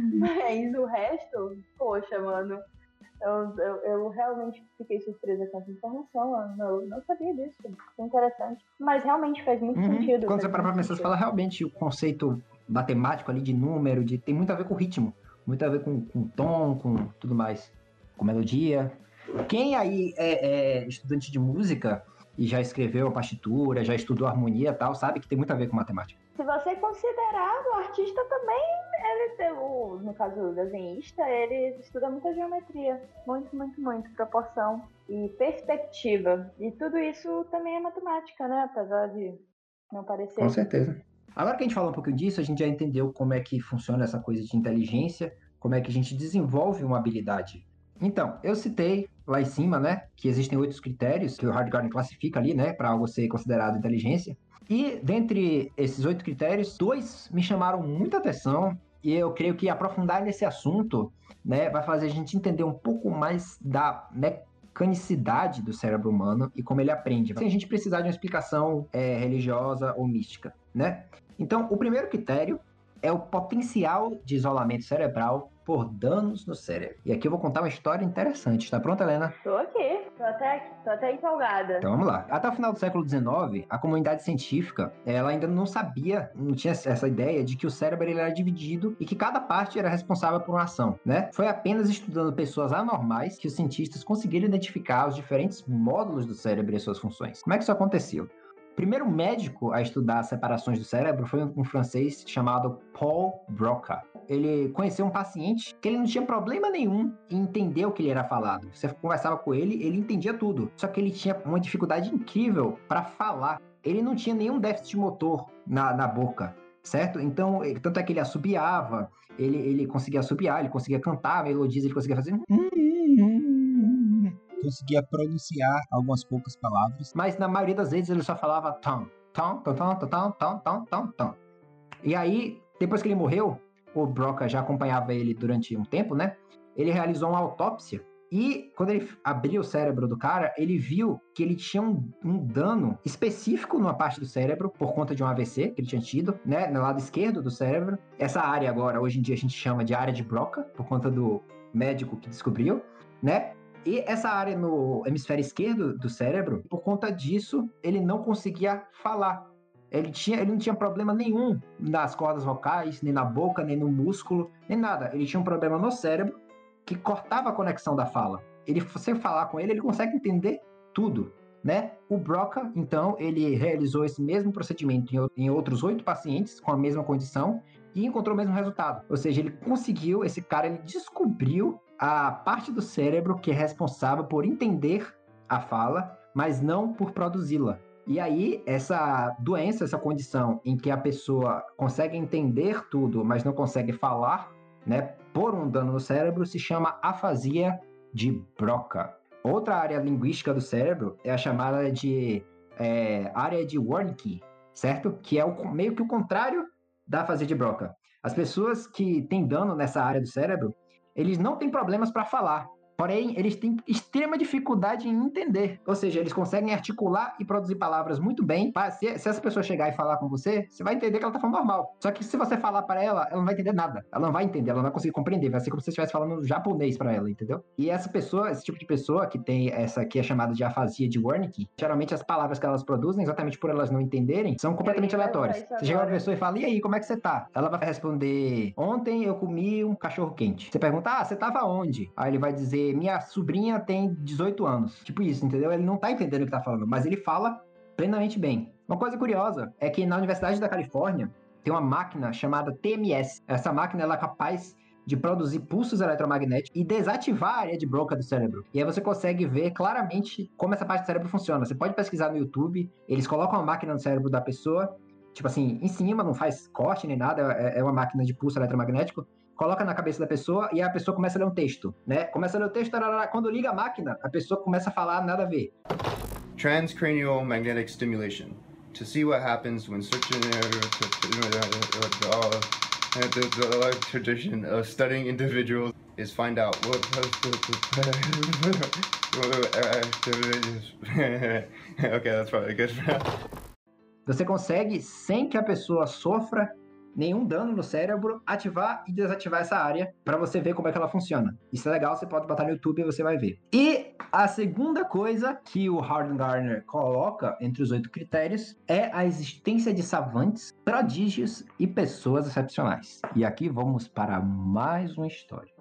Mas o resto, poxa, mano... Eu, eu, eu realmente fiquei surpresa com essa informação, eu não, não sabia disso, que interessante. Mas realmente faz muito Uhum. sentido. Quando você faz para pra muito pensar, você sentido. fala realmente o conceito matemático ali de número, de, tem muito a ver com ritmo, muito a ver com, com tom, com tudo mais, com melodia. Quem aí é, é estudante de música e já escreveu a partitura, já estudou harmonia e tal, sabe que tem muito a ver com matemática. Se você considerar, o artista também, ele tem, o, no caso do desenhista, ele estuda muita geometria. Muito, muito, muito. Proporção e perspectiva. E tudo isso também é matemática, né? Apesar de não parecer. Com certeza. Agora que a gente falou um pouquinho disso, a gente já entendeu como é que funciona essa coisa de inteligência, como é que a gente desenvolve uma habilidade. Então, eu citei lá em cima, né, que existem oito critérios que o Hardgarden classifica ali, né, para algo ser considerado inteligência. E dentre esses oito critérios, dois me chamaram muita atenção e eu creio que aprofundar nesse assunto, né, vai fazer a gente entender um pouco mais da mecanicidade do cérebro humano e como ele aprende, sem a gente precisar de uma explicação é, religiosa ou mística, né? Então, o primeiro critério é o potencial de isolamento cerebral por danos no cérebro. E aqui eu vou contar uma história interessante. Está pronta, Helena? Tô aqui, tô até, tô até empolgada. Então vamos lá. Até o final do século dezenove, a comunidade científica, ela ainda não sabia, não tinha essa ideia de que o cérebro ele era dividido e que cada parte era responsável por uma ação, né? Foi apenas estudando pessoas anormais que os cientistas conseguiram identificar os diferentes módulos do cérebro e suas funções. Como é que isso aconteceu? O primeiro médico a estudar as separações do cérebro foi um francês chamado Paul Broca. Ele conheceu um paciente que ele não tinha problema nenhum em entender o que ele era falado. Você conversava com ele, ele entendia tudo. Só que ele tinha uma dificuldade incrível para falar. Ele não tinha nenhum déficit motor na, na boca, certo? Então, tanto é que ele assobiava, ele, ele conseguia assobiar, ele conseguia cantar melodias, ele conseguia fazer... conseguia pronunciar algumas poucas palavras, mas na maioria das vezes ele só falava tom, tom, tom, tom, tom, tom, tom, tom, tom. E aí, depois que ele morreu, o Broca já acompanhava ele durante um tempo, né? Ele realizou uma autópsia e quando ele abriu o cérebro do cara, ele viu que ele tinha um, um dano específico numa parte do cérebro por conta de um A V C que ele tinha tido, né? No lado esquerdo do cérebro. Essa área agora, hoje em dia, a gente chama de área de Broca, por conta do médico que descobriu, né? E essa área no hemisfério esquerdo do cérebro, por conta disso, ele não conseguia falar. Ele, tinha, ele não tinha problema nenhum nas cordas vocais, nem na boca, nem no músculo, nem nada. Ele tinha um problema no cérebro que cortava a conexão da fala. Ele, você falar com ele, ele consegue entender tudo, né? O Broca, então, ele realizou esse mesmo procedimento em, em outros oito pacientes com a mesma condição e encontrou o mesmo resultado. Ou seja, ele conseguiu, esse cara, ele descobriu a parte do cérebro que é responsável por entender a fala, mas não por produzi-la. E aí, essa doença, essa condição em que a pessoa consegue entender tudo, mas não consegue falar, né, por um dano no cérebro, se chama afasia de Broca. Outra área linguística do cérebro é a chamada de é, área de Wernicke, certo? Que é o, meio que o contrário da afasia de Broca. As pessoas que têm dano nessa área do cérebro, eles não têm problemas para falar, porém, eles têm extrema dificuldade em entender. Ou seja, eles conseguem articular e produzir palavras muito bem. Se, se essa pessoa chegar e falar com você, você vai entender que ela tá falando normal. Só que se você falar para ela, ela não vai entender nada. Ela não vai entender, ela não vai conseguir compreender. Vai ser como se você estivesse falando japonês para ela, entendeu? E essa pessoa, esse tipo de pessoa que tem essa que é chamada de afasia de Wernicke, geralmente as palavras que elas produzem, exatamente por elas não entenderem, são completamente aleatórias. Você chega uma pessoa e fala, e aí, como é que você tá? Ela vai responder, ontem eu comi um cachorro quente. Você pergunta, ah, você tava onde? Aí ele vai dizer, minha sobrinha tem dezoito anos. Tipo isso, entendeu? Ele não tá entendendo o que tá falando, mas ele fala plenamente bem. Uma coisa curiosa é que na Universidade da Califórnia tem uma máquina chamada T M S. Essa máquina ela é capaz de produzir pulsos eletromagnéticos e desativar a área de Broca do cérebro. E aí você consegue ver claramente como essa parte do cérebro funciona. Você pode pesquisar no YouTube, eles colocam uma máquina no cérebro da pessoa, tipo assim, em cima, não faz corte nem nada, é, é uma máquina de pulso eletromagnético, coloca na cabeça da pessoa e a pessoa começa a ler um texto, né? Começa a ler o texto, quando liga a máquina, a pessoa começa a falar nada a ver. Transcranial magnetic stimulation. To see what happens when certain the tradition of studying individuals is find out what okay, that's probably good. Você consegue, sem que a pessoa sofra nenhum dano no cérebro, ativar e desativar essa área para você ver como é que ela funciona. Isso é legal, você pode botar no YouTube e você vai ver. E a segunda coisa que o Howard Gardner coloca entre os oito critérios é a existência de savantes, prodígios e pessoas excepcionais. E aqui vamos para mais uma história.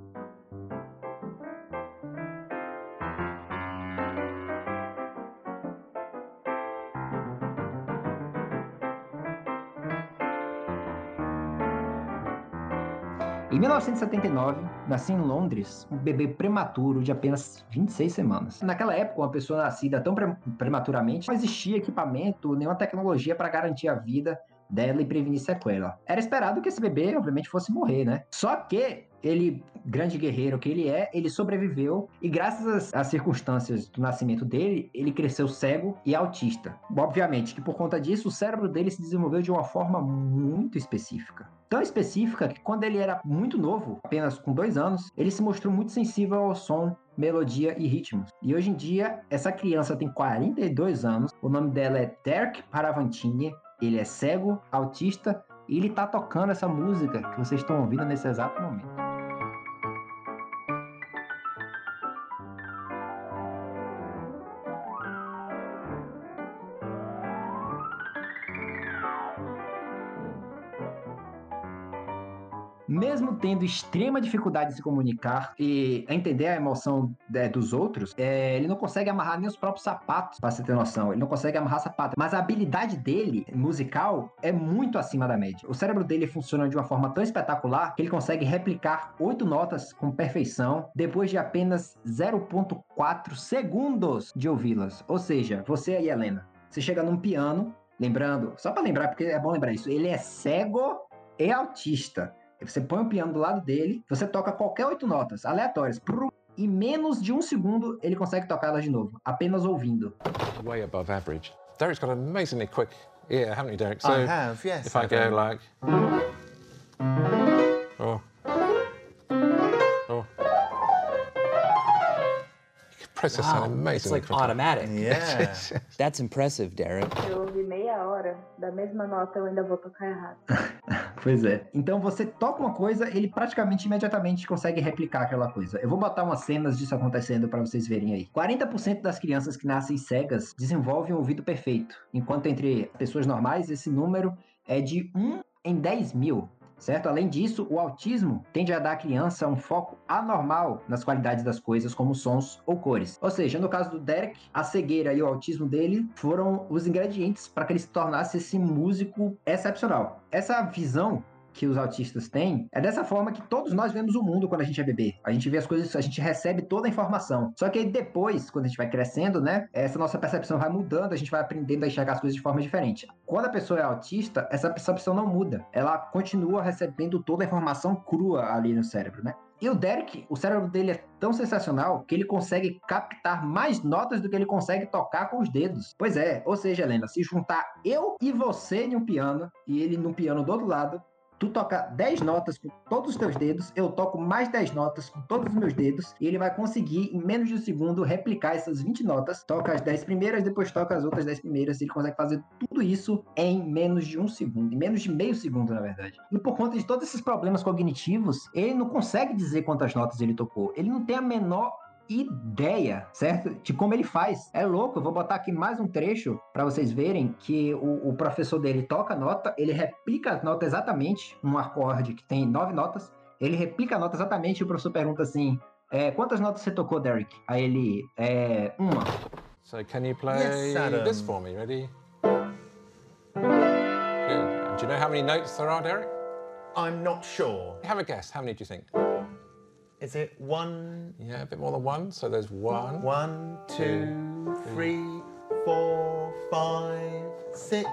Em mil novecentos e setenta e nove, nasceu em Londres um bebê prematuro de apenas vinte e seis semanas. Naquela época, uma pessoa nascida tão pre- prematuramente, não existia equipamento, nenhuma tecnologia para garantir a vida dela e prevenir sequela. Era esperado que esse bebê, obviamente, fosse morrer, né? Só que ele, grande guerreiro que ele é, ele sobreviveu e graças às, às circunstâncias do nascimento dele, ele cresceu cego e autista. Obviamente que por conta disso, o cérebro dele se desenvolveu de uma forma muito específica. Tão específica que quando ele era muito novo, apenas com dois anos, ele se mostrou muito sensível ao som, melodia e ritmos. E hoje em dia, essa criança tem quarenta e dois anos, o nome dela é Derek Paravantini, ele é cego, autista, e ele tá tocando essa música que vocês estão ouvindo nesse exato momento. Mesmo tendo extrema dificuldade de se comunicar e entender a emoção é, dos outros, é, ele não consegue amarrar nem os próprios sapatos, pra você ter noção. Ele não consegue amarrar sapato. Mas a habilidade dele, musical, é muito acima da média. O cérebro dele funciona de uma forma tão espetacular que ele consegue replicar oito notas com perfeição depois de apenas zero vírgula quatro segundos de ouvi-las. Ou seja, você aí, Helena, você chega num piano, lembrando, só pra lembrar, porque é bom lembrar isso, ele é cego e autista. Você põe o piano do lado dele, você toca qualquer oito notas aleatórias, e menos de um segundo ele consegue tocar elas de novo, apenas ouvindo. Way above average. Derek's got an amazingly quick ear, haven't you, Derek? So I have, yes. if I go like, oh, oh, you can process that Wow, amazingly it's like quickly. automatic. Yeah. That's impressive, Derek. Eu ouvi meia hora da mesma nota, eu ainda vou tocar errado. Pois é. Então você toca uma coisa, ele praticamente imediatamente consegue replicar aquela coisa. Eu vou botar umas cenas disso acontecendo para vocês verem aí. quarenta por cento das crianças que nascem cegas desenvolvem um ouvido perfeito, enquanto entre pessoas normais esse número é de um em dez mil. Certo? Além disso, o autismo tende a dar à criança um foco anormal nas qualidades das coisas, como sons ou cores. Ou seja, no caso do Derek, a cegueira e o autismo dele foram os ingredientes para que ele se tornasse esse músico excepcional. Essa visão que os autistas têm, é dessa forma que todos nós vemos o mundo quando a gente é bebê. A gente vê as coisas, a gente recebe toda a informação. Só que aí depois, quando a gente vai crescendo, né, essa nossa percepção vai mudando, a gente vai aprendendo a enxergar as coisas de forma diferente. Quando a pessoa é autista, essa percepção não muda. Ela continua recebendo toda a informação crua ali no cérebro, né? E o Derek, o cérebro dele é tão sensacional que ele consegue captar mais notas do que ele consegue tocar com os dedos. Pois é, ou seja, Helena, se juntar eu e você em um piano, e ele no piano do outro lado, tu toca dez notas com todos os teus dedos, eu toco mais dez notas com todos os meus dedos, e ele vai conseguir, em menos de um segundo, replicar essas vinte notas, toca as dez primeiras, depois toca as outras dez primeiras, e ele consegue fazer tudo isso em menos de um segundo, em menos de meio segundo, na verdade. E por conta de todos esses problemas cognitivos, ele não consegue dizer quantas notas ele tocou, ele não tem a menor ideia, certo? De como ele faz. É louco, eu vou botar aqui mais um trecho para vocês verem que o, o professor dele toca a nota, ele replica a nota exatamente, um acorde que tem nove notas, ele replica a nota exatamente e o professor pergunta assim, é, quantas notas você tocou, Derek? Aí ele, é, uma. So can you play Yes, Adam. this for me? Ready? Good. And do you know how many notes there are, Derek? I'm not sure. Have a guess. How many do you think? Is it one? Yeah, a bit more than one. So there's one. One, two, three, four, five, six.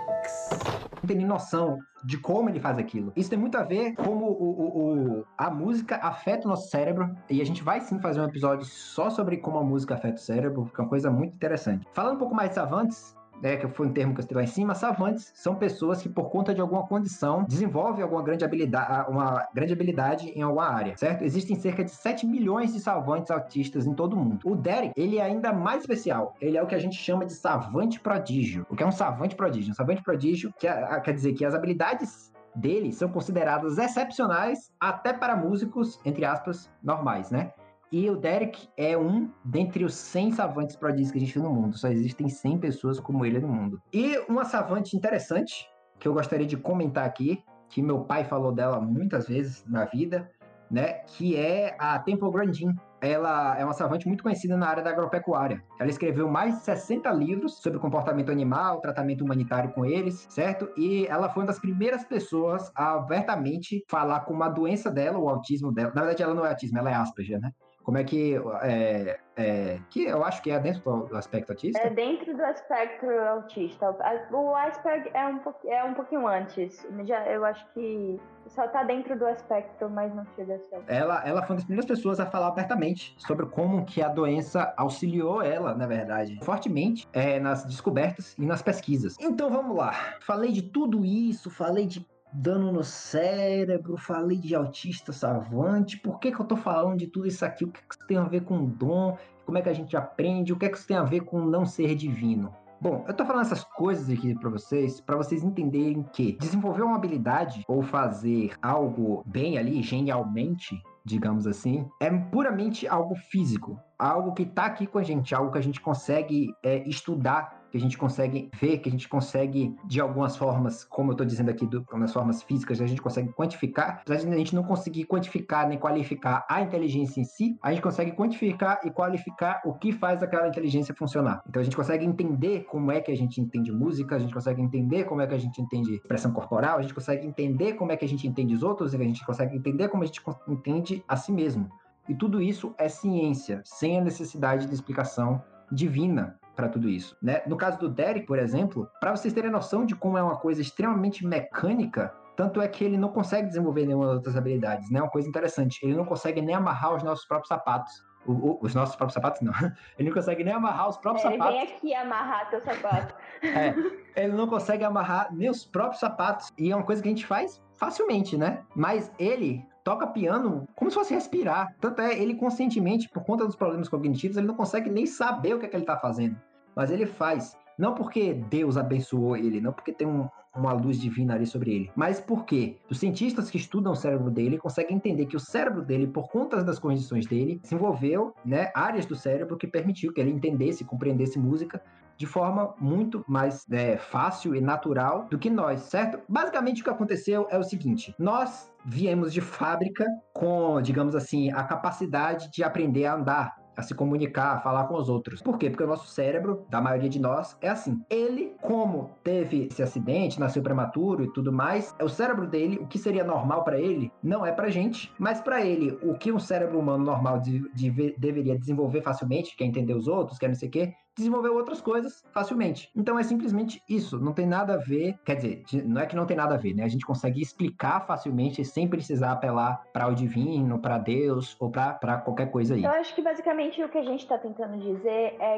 Não tem nem noção de como ele faz aquilo. Isso tem muito a ver com como o, o, o, a música afeta o nosso cérebro, e a gente vai sim fazer um episódio só sobre como a música afeta o cérebro, que é uma coisa muito interessante. Falando um pouco mais de savantes, né, que foi um termo que eu citei lá em cima, savantes são pessoas que, por conta de alguma condição, desenvolvem alguma grande habilidade, uma grande habilidade em alguma área, certo? Existem cerca de sete milhões de savantes autistas em todo o mundo. O Derek, ele é ainda mais especial. Ele é o que a gente chama de savante prodígio. O que é um savante prodígio? Um savante prodígio que é, quer dizer que as habilidades dele são consideradas excepcionais até para músicos, entre aspas, normais, né? E o Derek é um dentre os cem savantes prodígios que a gente tem no mundo. Só existem cem pessoas como ele no mundo. E uma savante interessante, que eu gostaria de comentar aqui, que meu pai falou dela muitas vezes na vida, né? Que é a Temple Grandin. Ela é uma savante muito conhecida na área da agropecuária. Ela escreveu mais de sessenta livros sobre comportamento animal, tratamento humanitário com eles, certo? E ela foi uma das primeiras pessoas a abertamente falar com uma doença dela, o autismo dela. Na verdade, ela não é autismo, ela é Asperger, né? Como é que... É, é, que eu acho que é dentro do aspecto autista? É dentro do espectro autista. O Asperger é um, é um pouquinho antes. Já, eu acho que só tá dentro do espectro, mas não chega a ser. Ela, ela foi uma das primeiras pessoas a falar abertamente sobre como que a doença auxiliou ela, na verdade, fortemente é, nas descobertas e nas pesquisas. Então vamos lá. Falei de tudo isso, falei de dano no cérebro, falei de autista savante. Por que que eu tô falando de tudo isso aqui? O que que isso tem a ver com dom? Como é que a gente aprende? O que é que isso tem a ver com não ser divino? Bom, eu tô falando essas coisas aqui pra vocês, pra vocês entenderem que desenvolver uma habilidade ou fazer algo bem ali, genialmente, digamos assim, é puramente algo físico, algo que tá aqui com a gente, algo que a gente consegue é, estudar, que a gente consegue ver, que a gente consegue, de algumas formas, como eu tô dizendo aqui, do, nas formas físicas, a gente consegue quantificar. Apesar de a gente não conseguir quantificar nem qualificar a inteligência em si, a gente consegue quantificar e qualificar o que faz aquela inteligência funcionar. Então a gente consegue entender como é que a gente entende música, a gente consegue entender como é que a gente entende expressão corporal, a gente consegue entender como é que a gente entende os outros, e a gente consegue entender como a gente entende a si mesmo. E tudo isso é ciência, sem a necessidade de explicação divina para tudo isso, né? No caso do Derek, por exemplo, para vocês terem noção de como é uma coisa extremamente mecânica, tanto é que ele não consegue desenvolver nenhuma das outras habilidades, né? Uma coisa interessante, ele não consegue nem amarrar os nossos próprios sapatos. O, o, os nossos próprios sapatos, não. Ele não consegue nem amarrar os próprios ele sapatos. Ele vem aqui amarrar teu sapato. É, ele não consegue amarrar nem os próprios sapatos. E é uma coisa que a gente faz facilmente, né? Mas ele toca piano como se fosse respirar. Tanto é, ele conscientemente, por conta dos problemas cognitivos, ele não consegue nem saber o que é que ele tá fazendo. Mas ele faz. Não porque Deus abençoou ele, não porque tem um, uma luz divina ali sobre ele, mas porque os cientistas que estudam o cérebro dele conseguem entender que o cérebro dele, por conta das condições dele, desenvolveu, né, áreas do cérebro que permitiu que ele entendesse e compreendesse música de forma muito mais é, fácil e natural do que nós, certo? Basicamente o que aconteceu é o seguinte: nós viemos de fábrica com, digamos assim, a capacidade de aprender a andar, a se comunicar, a falar com os outros. Por quê? Porque o nosso cérebro, da maioria de nós, é assim. Ele, como teve esse acidente, nasceu prematuro e tudo mais, o cérebro dele, o que seria normal para ele, não é pra gente, mas para ele, o que um cérebro humano normal de, de, deveria desenvolver facilmente, quer entender os outros, quer não sei o quê, desenvolveu outras coisas facilmente. Então é simplesmente isso, não tem nada a ver, quer dizer, não é que não tem nada a ver, né? A gente consegue explicar facilmente sem precisar apelar para o divino, para Deus ou para qualquer coisa aí. Eu acho que basicamente o que a gente está tentando dizer é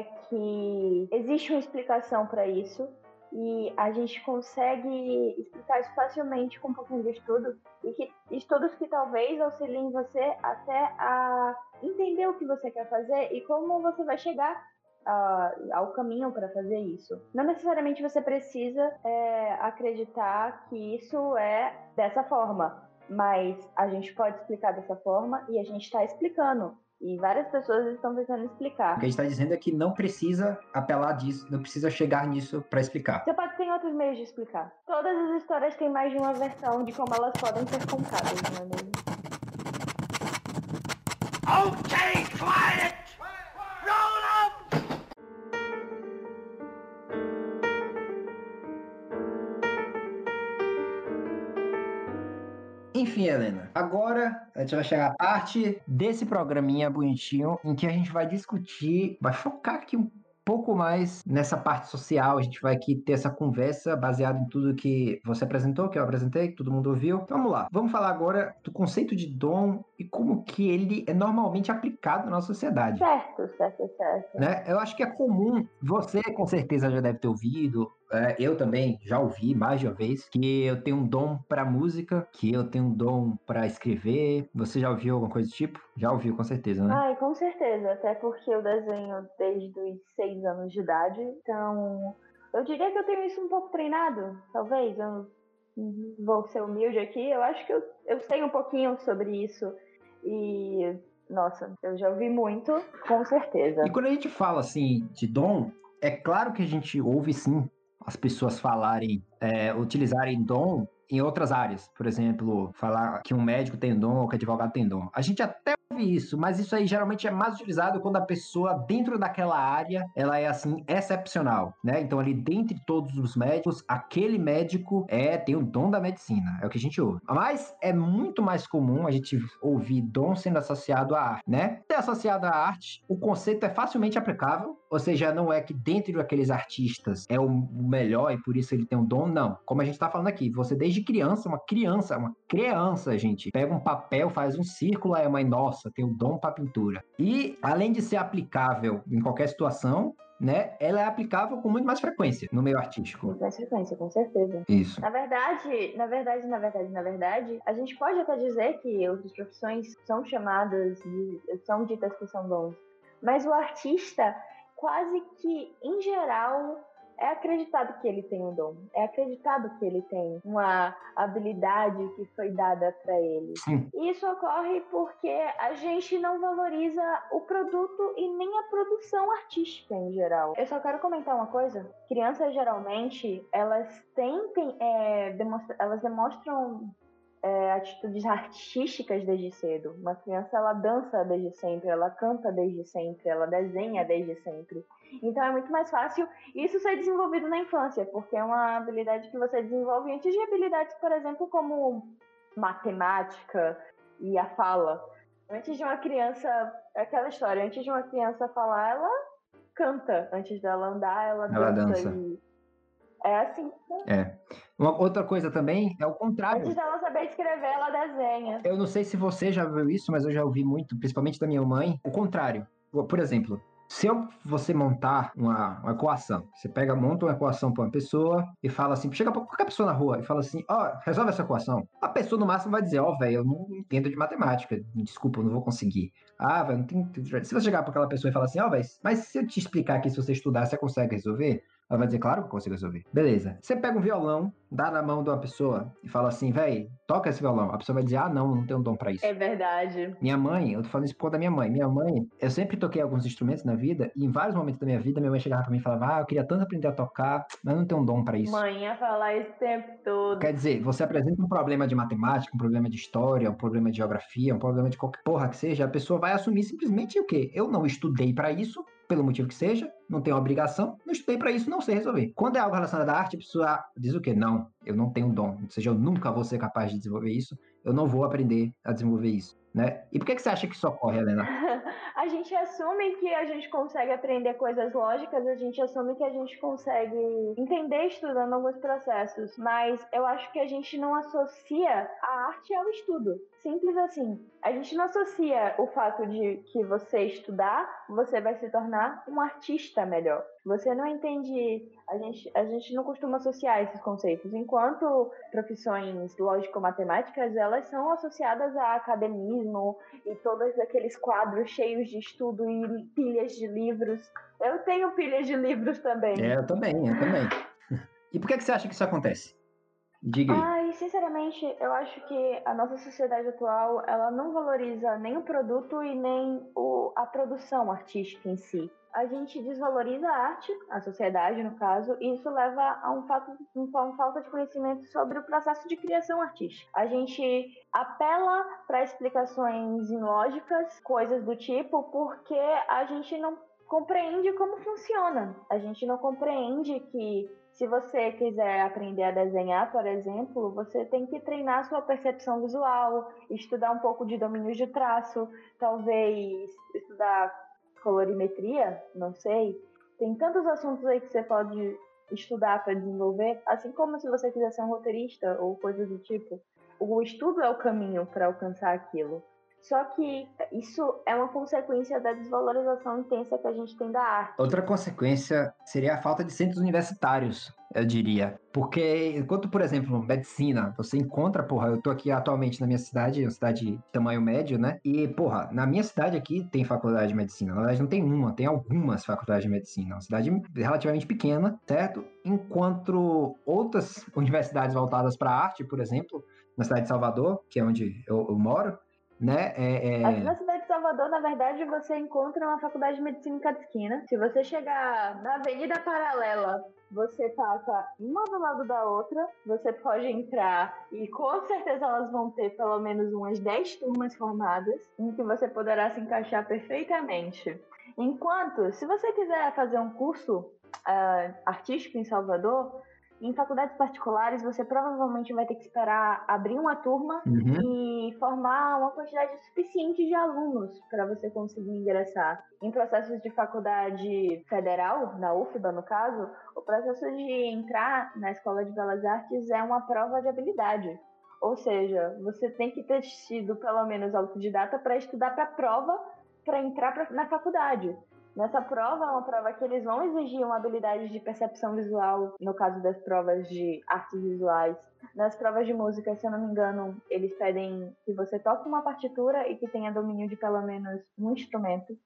que existe uma explicação para isso e a gente consegue explicar isso facilmente com um pouquinho de estudo, e que estudos que talvez auxiliem você até a entender o que você quer fazer e como você vai chegar Uh, ao caminho para fazer isso. Não necessariamente você precisa é, acreditar que isso é dessa forma, mas a gente pode explicar dessa forma e a gente está explicando. E várias pessoas estão tentando explicar. O que a gente está dizendo é que não precisa apelar disso, não precisa chegar nisso para explicar. Você pode ter outros meios de explicar. Todas as histórias têm mais de uma versão de como elas podem ser contadas, não é mesmo? Okay, quiet! Roll up! Enfim, Helena, agora a gente vai chegar à parte desse programinha bonitinho em que a gente vai discutir, vai focar aqui um pouco mais nessa parte social. A gente vai aqui ter essa conversa baseada em tudo que você apresentou, que eu apresentei, que todo mundo ouviu. Então, vamos lá. Vamos falar agora do conceito de dom e como que ele é normalmente aplicado na nossa sociedade. Certo, certo, certo. Né? Eu acho que é comum, você com certeza já deve ter ouvido, é, eu também já ouvi mais de uma vez, que eu tenho um dom para música, que eu tenho um dom para escrever. Você já ouviu alguma coisa do tipo? Já ouviu, com certeza, né? Ai, com certeza, até porque eu desenho desde os seis anos de idade, então eu diria que eu tenho isso um pouco treinado, talvez, eu vou ser humilde aqui, eu acho que eu, eu sei um pouquinho sobre isso e, nossa, eu já ouvi muito, com certeza. E quando a gente fala, assim, de dom, é claro que a gente ouve, sim, as pessoas falarem, é, utilizarem dom em outras áreas. Por exemplo, falar que um médico tem dom ou que advogado tem dom. A gente até ouve isso, mas isso aí geralmente é mais utilizado quando a pessoa, dentro daquela área, ela é, assim, excepcional, né? Então, ali, dentre todos os médicos, aquele médico é, tem o dom da medicina. É o que a gente ouve. Mas é muito mais comum a gente ouvir dom sendo associado à arte, né? Ser associado à arte, o conceito é facilmente aplicável, ou seja, não é que dentro daqueles artistas é o melhor e por isso ele tem um dom, não. Como a gente tá falando aqui, você desde criança, uma criança, uma criança, gente, pega um papel, faz um círculo, aí a mãe, nossa, tem o dom pra pintura. E, além de ser aplicável em qualquer situação, né, ela é aplicável com muito mais frequência no meio artístico. Com mais frequência, com certeza. Isso. Na verdade, na verdade, na verdade, na verdade, a gente pode até dizer que outras profissões são chamadas, de, são ditas que são dons, mas o artista, quase que, em geral, é acreditado que ele tem um dom. É acreditado que ele tem uma habilidade que foi dada para ele. Sim. E isso ocorre porque a gente não valoriza o produto e nem a produção artística em geral. Eu só quero comentar uma coisa. Crianças, geralmente, elas tentem, é, demonstra- elas demonstram É, atitudes artísticas desde cedo. Uma criança, ela dança desde sempre, ela canta desde sempre, ela desenha desde sempre. Então é muito mais fácil isso ser desenvolvido na infância, porque é uma habilidade que você desenvolve antes de habilidades, por exemplo, como matemática e a fala. Antes de uma criança, é aquela história, antes de uma criança falar, ela canta. Antes dela andar, ela, Ela dança. dança. E é assim. É. Uma outra coisa também é o contrário. Antes dela saber escrever, ela desenha. Eu não sei se você já viu isso, mas eu já ouvi muito, principalmente da minha mãe, o contrário. Por exemplo, se eu, você montar uma, uma equação, você pega, monta uma equação para uma pessoa e fala assim, chega para qualquer pessoa na rua e fala assim, ó, oh, resolve essa equação. A pessoa no máximo vai dizer, ó, oh, velho, eu não entendo de matemática, desculpa, eu não vou conseguir. Ah, velho, não tem... Se você chegar para aquela pessoa e falar assim, ó, oh, velho, mas se eu te explicar aqui, se você estudar, você consegue resolver? Ela vai dizer, claro que eu consigo resolver. Beleza. Você pega um violão, dá na mão de uma pessoa e fala assim, véi, toca esse violão. A pessoa vai dizer, ah, não, não tenho dom pra isso. É verdade. Minha mãe, eu tô falando isso por conta da minha mãe. Minha mãe, eu sempre toquei alguns instrumentos na vida e em vários momentos da minha vida, minha mãe chegava pra mim e falava, ah, eu queria tanto aprender a tocar, mas não tenho um dom pra isso. Mãe ia falar isso o tempo todo. Quer dizer, você apresenta um problema de matemática, um problema de história, um problema de geografia, um problema de qualquer porra que seja, a pessoa vai assumir simplesmente o quê? Eu não estudei pra isso, pelo motivo que seja, não tenho obrigação, não estudei pra isso, não sei resolver. Quando é algo relacionado à arte, a pessoa diz o quê? Não, eu não tenho dom, ou seja, eu nunca vou ser capaz de desenvolver isso, eu não vou aprender a desenvolver isso, né? E por que que você acha que isso ocorre, Helena? A gente assume que a gente consegue aprender coisas lógicas, a gente assume que a gente consegue entender estudando alguns processos, mas eu acho que a gente não associa a arte ao estudo. Simples assim. A gente não associa o fato de que você estudar, você vai se tornar um artista melhor. Você não entende, a gente, a gente não costuma associar esses conceitos, enquanto profissões lógico-matemáticas, elas são associadas a academismo e todos aqueles quadros cheios de estudo e pilhas de livros. Eu tenho pilhas de livros também. É, eu também, eu também. E por que que você acha que isso acontece? Diga aí. Ai, sinceramente, eu acho que a nossa sociedade atual, ela não valoriza nem o produto e nem o, a produção artística em si. A gente desvaloriza a arte, a sociedade no caso, e isso leva a um fato, uma falta de conhecimento sobre o processo de criação artística. A gente apela para explicações ilógicas, coisas do tipo, porque a gente não compreende como funciona. A gente não compreende que Se você quiser aprender a desenhar, por exemplo, você tem que treinar sua percepção visual, estudar um pouco de domínios de traço, talvez estudar colorimetria, não sei. Tem tantos assuntos aí que você pode estudar para desenvolver, assim como se você quiser ser um roteirista ou coisa do tipo. O estudo é o caminho para alcançar aquilo. Só que isso é uma consequência da desvalorização intensa que a gente tem da arte. Outra consequência seria a falta de centros universitários, eu diria. Porque, enquanto, por exemplo, medicina, você encontra, porra, eu tô aqui atualmente na minha cidade, uma cidade de tamanho médio, né? E, porra, na minha cidade aqui tem faculdade de medicina. Na verdade, não tem uma, tem algumas faculdades de medicina. É uma cidade relativamente pequena, certo? Enquanto outras universidades voltadas para arte, por exemplo, na cidade de Salvador, que é onde eu, eu moro, né? É, é... Aqui na cidade de Salvador, na verdade, você encontra uma faculdade de medicina em cada esquina. Se você chegar na Avenida Paralela, você passa uma do lado da outra, você pode entrar e com certeza elas vão ter pelo menos umas dez turmas formadas, em que você poderá se encaixar perfeitamente. Enquanto, se você quiser fazer um curso uh, artístico em Salvador, em faculdades particulares, você provavelmente vai ter que esperar abrir uma turma Uhum. e formar uma quantidade suficiente de alunos para você conseguir ingressar. Em processos de faculdade federal, na U F B A no caso, o processo de entrar na Escola de Belas Artes é uma prova de habilidade. Ou seja, você tem que ter sido pelo menos autodidata para estudar para a prova para entrar pra, na faculdade. Nessa prova, é uma prova que eles vão exigir uma habilidade de percepção visual, no caso das provas de artes visuais. Nas provas de música, se eu não me engano, eles pedem que você toque uma partitura e que tenha domínio de pelo menos um instrumento.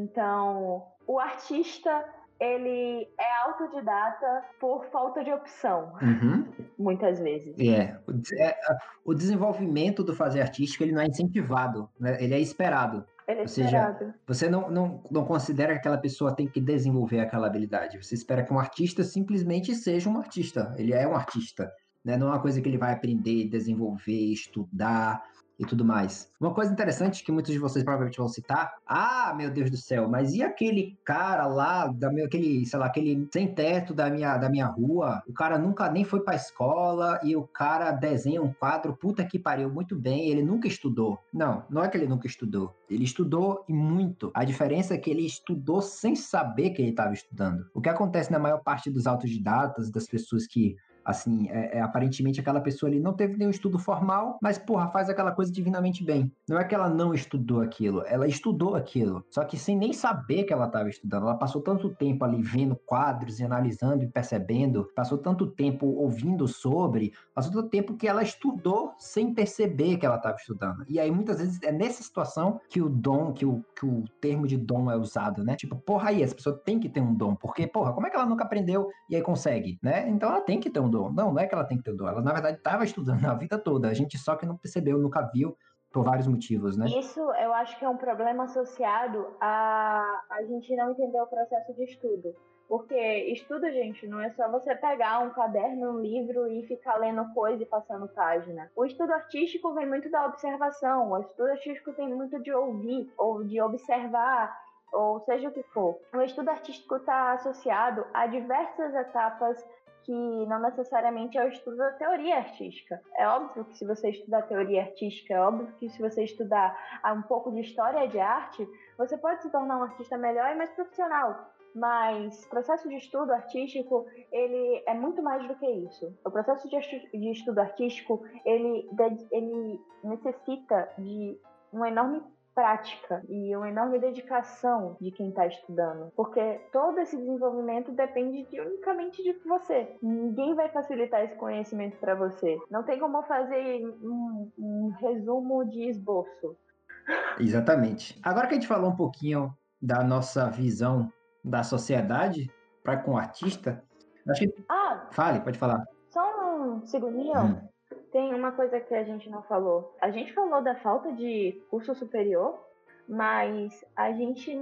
Então, o artista, ele é autodidata por falta de opção, Uhum. muitas vezes. É. O, de- é, o desenvolvimento do fazer artístico, ele não é incentivado, né? Ele é esperado. Ele é Ou seja, esperado. você não, não, não considera que aquela pessoa tem que desenvolver aquela habilidade. Você espera que um artista simplesmente seja um artista. Ele é um artista, né? Não é uma coisa que ele vai aprender, desenvolver, estudar e tudo mais. Uma coisa interessante que muitos de vocês provavelmente vão citar: ah, meu Deus do céu, mas e aquele cara lá, da meu, aquele, sei lá, aquele sem teto da minha, da minha rua? O cara nunca nem foi pra escola e o cara desenha um quadro, puta que pariu, muito bem, ele nunca estudou. Não, não é que ele nunca estudou. Ele estudou e muito. A diferença é que ele estudou sem saber que ele estava estudando. O que acontece na maior parte dos autodidatas, das pessoas que assim, é, é, aparentemente aquela pessoa ali não teve nenhum estudo formal, mas, porra, faz aquela coisa divinamente bem. Não é que ela não estudou aquilo, ela estudou aquilo, só que sem nem saber que ela estava estudando. Ela passou tanto tempo ali vendo quadros e analisando e percebendo, passou tanto tempo ouvindo sobre, passou tanto tempo que ela estudou sem perceber que ela estava estudando. E aí, muitas vezes, é nessa situação que o dom, que o, que o termo de dom é usado, né? Tipo, porra, aí, essa pessoa tem que ter um dom, porque, porra, como é que ela nunca aprendeu e aí consegue, né? Então ela tem que ter um dom. Não, não é que ela tem que ter um dom. Ela, na verdade, estava estudando a vida toda. A gente só que não percebeu, nunca viu, por vários motivos, né? Isso eu acho que é um problema associado a a gente não entender o processo de estudo. Porque estudo, gente, não é só você pegar um caderno, um livro e ficar lendo coisa e passando página. O estudo artístico vem muito da observação. O estudo artístico tem muito de ouvir ou de observar, ou seja o que for. O estudo artístico está associado a diversas etapas que não necessariamente é o estudo da teoria artística. É óbvio que se você estudar teoria artística, é óbvio que se você estudar um pouco de história de arte, você pode se tornar um artista melhor e mais profissional. Mas o processo de estudo artístico, ele é muito mais do que isso. O processo de, de estudo artístico, ele, ele necessita de uma enorme prática e uma enorme dedicação de quem está estudando, porque todo esse desenvolvimento depende de, unicamente de você. Ninguém vai facilitar esse conhecimento para você. Não tem como fazer um, um resumo de esboço. Exatamente. Agora que a gente falou um pouquinho da nossa visão da sociedade para com o artista, acho que... Ah, fale, pode falar. Só um segundinho. Hum. Tem uma coisa que a gente não falou. A gente falou da falta de curso superior, mas a gente...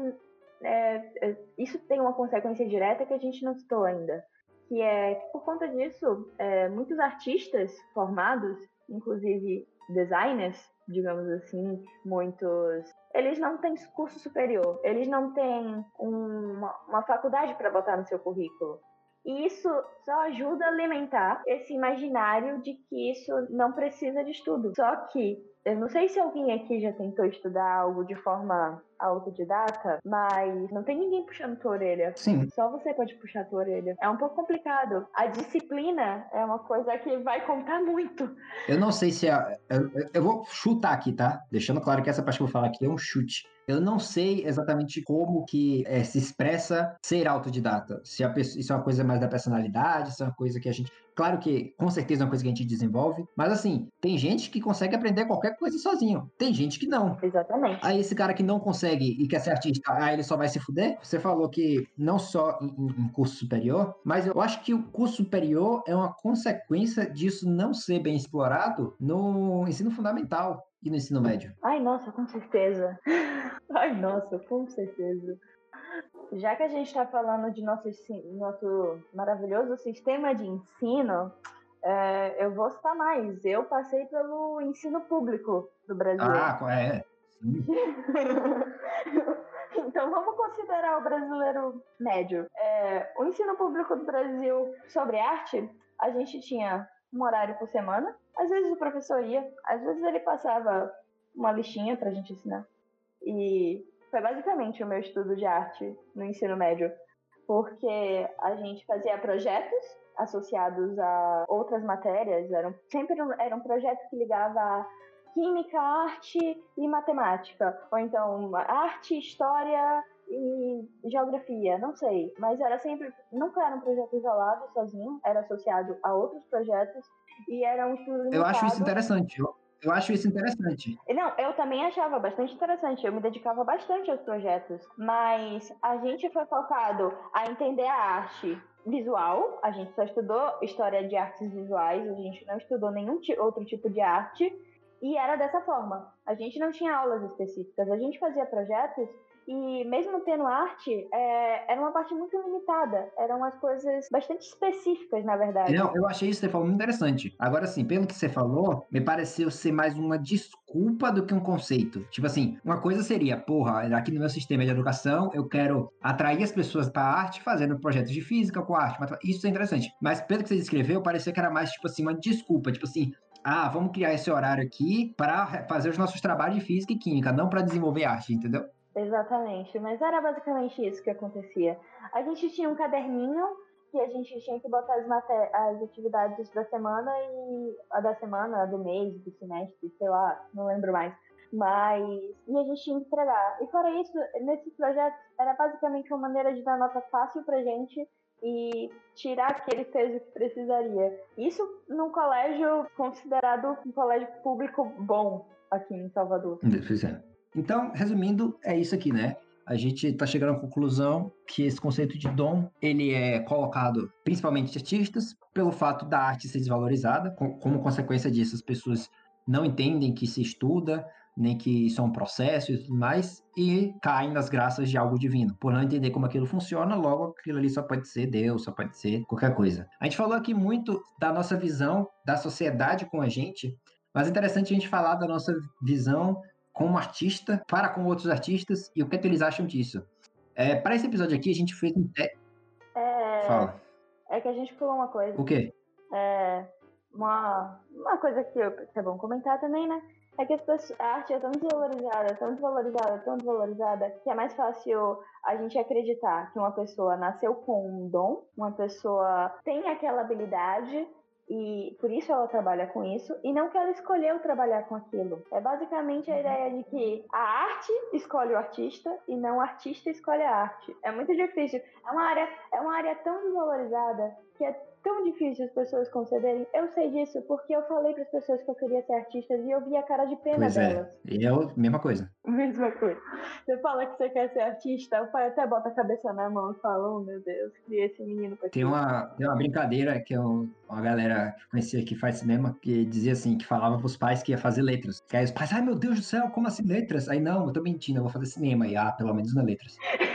É, é, isso tem uma consequência direta que a gente não citou ainda. Que é que, por conta disso, é, muitos artistas formados, inclusive designers, digamos assim, muitos... Eles não têm curso superior. Eles não têm uma, uma faculdade para botar no seu currículo. E isso só ajuda a alimentar esse imaginário de que isso não precisa de estudo. Só que, eu não sei se alguém aqui já tentou estudar algo de forma autodidata, mas não tem ninguém puxando tua orelha. Sim. Só você pode puxar tua orelha. É um pouco complicado. A disciplina é uma coisa que vai contar muito. Eu não sei se é... Eu, eu vou chutar aqui, tá? Deixando claro que essa parte que eu vou falar aqui é um chute. Eu não sei exatamente como que é, se expressa ser autodidata. Se a pessoa, isso é uma coisa mais da personalidade, se é uma coisa que a gente... Claro que, com certeza, é uma coisa que a gente desenvolve. Mas, assim, tem gente que consegue aprender qualquer coisa sozinho. Tem gente que não. Exatamente. Aí esse cara que não consegue e quer ser artista, aí ele só vai se fuder? Você falou que não só em, em curso superior, mas eu acho que o curso superior é uma consequência disso não ser bem explorado no ensino fundamental e no ensino médio. Ai, nossa, com certeza. Ai, nossa, com certeza. Já que a gente está falando de nosso, nosso maravilhoso sistema de ensino, é, eu vou citar mais. Eu passei pelo ensino público do Brasil. Ah, é. Sim. Então vamos considerar o brasileiro médio. É, o ensino público do Brasil sobre arte, a gente tinha um horário por semana. Às vezes o professor ia, às vezes ele passava uma listinha pra gente ensinar. E foi basicamente o meu estudo de arte no ensino médio, porque a gente fazia projetos associados a outras matérias, eram, sempre era um projeto que ligava a química, arte e matemática, ou então arte, história e geografia, não sei, mas era sempre, nunca era um projeto isolado, sozinho, era associado a outros projetos e era um estudo limitado. Eu acho isso interessante, eu, eu acho isso interessante. Não, eu também achava bastante interessante, eu me dedicava bastante aos projetos, mas a gente foi focado a entender a arte visual, a gente só estudou história de artes visuais, a gente não estudou nenhum outro tipo de arte. E era dessa forma. A gente não tinha aulas específicas. A gente fazia projetos e, mesmo tendo arte, é, era uma parte muito limitada. Eram umas coisas bastante específicas, na verdade. Não, eu achei isso que você falou muito interessante. Agora, sim, pelo que você falou, me pareceu ser mais uma desculpa do que um conceito. Tipo assim, uma coisa seria, porra, aqui no meu sistema de educação, eu quero atrair as pessoas para a arte fazendo projetos de física com arte. Isso é interessante. Mas, pelo que você descreveu, parecia que era mais, tipo assim, uma desculpa. Tipo assim, ah, vamos criar esse horário aqui para fazer os nossos trabalhos de física e química, não para desenvolver arte, entendeu? Exatamente, mas era basicamente isso que acontecia. A gente tinha um caderninho que a gente tinha que botar as, maté- as atividades da semana e a da semana, a do mês, do semestre, sei lá, não lembro mais. Mas, e a gente tinha que entregar. E fora isso, nesses projetos, era basicamente uma maneira de dar nota fácil pra gente e tirar aquele peso que precisaria. Isso num colégio considerado um colégio público bom aqui em Salvador. Então, resumindo, é isso aqui, né? A gente está chegando à conclusão que esse conceito de dom, ele é colocado principalmente de artistas, pelo fato da arte ser desvalorizada. Como consequência disso, as pessoas não entendem que se estuda, nem que isso é um processo e tudo mais, e caem nas graças de algo divino. Por não entender como aquilo funciona, logo aquilo ali só pode ser Deus, só pode ser qualquer coisa. A gente falou aqui muito da nossa visão da sociedade com a gente, mas é interessante a gente falar da nossa visão como artista, para com outros artistas, e o que, é que eles acham disso. É, para esse episódio aqui, a gente fez um teste. É... Fala. É que a gente pulou uma coisa. O quê? É... Uma... uma coisa que, eu... que é bom comentar também, né? É que as pessoas... a arte é tão desvalorizada, tão desvalorizada, tão desvalorizada, que é mais fácil a gente acreditar que uma pessoa nasceu com um dom, uma pessoa tem aquela habilidade e por isso ela trabalha com isso, e não que ela escolheu trabalhar com aquilo. É basicamente a ideia de que a arte escolhe o artista e não o artista escolhe a arte. É muito difícil. É uma área, é uma área tão desvalorizada que é tão difícil as pessoas concederem. Eu sei disso porque eu falei para as pessoas que eu queria ser artista e eu vi a cara de pena pois delas. É, e é a mesma coisa. Mesma coisa. Você fala que você quer ser artista, o pai até bota a cabeça na mão e fala, oh meu Deus, criei esse menino pra tem uma, tem uma brincadeira que eu, uma galera que eu conhecia que faz cinema, que dizia assim, que falava pros pais que ia fazer letras. Que aí os pais, ai meu Deus do céu, como assim letras? Aí não, eu tô mentindo, eu vou fazer cinema. E ah, pelo menos não é letras.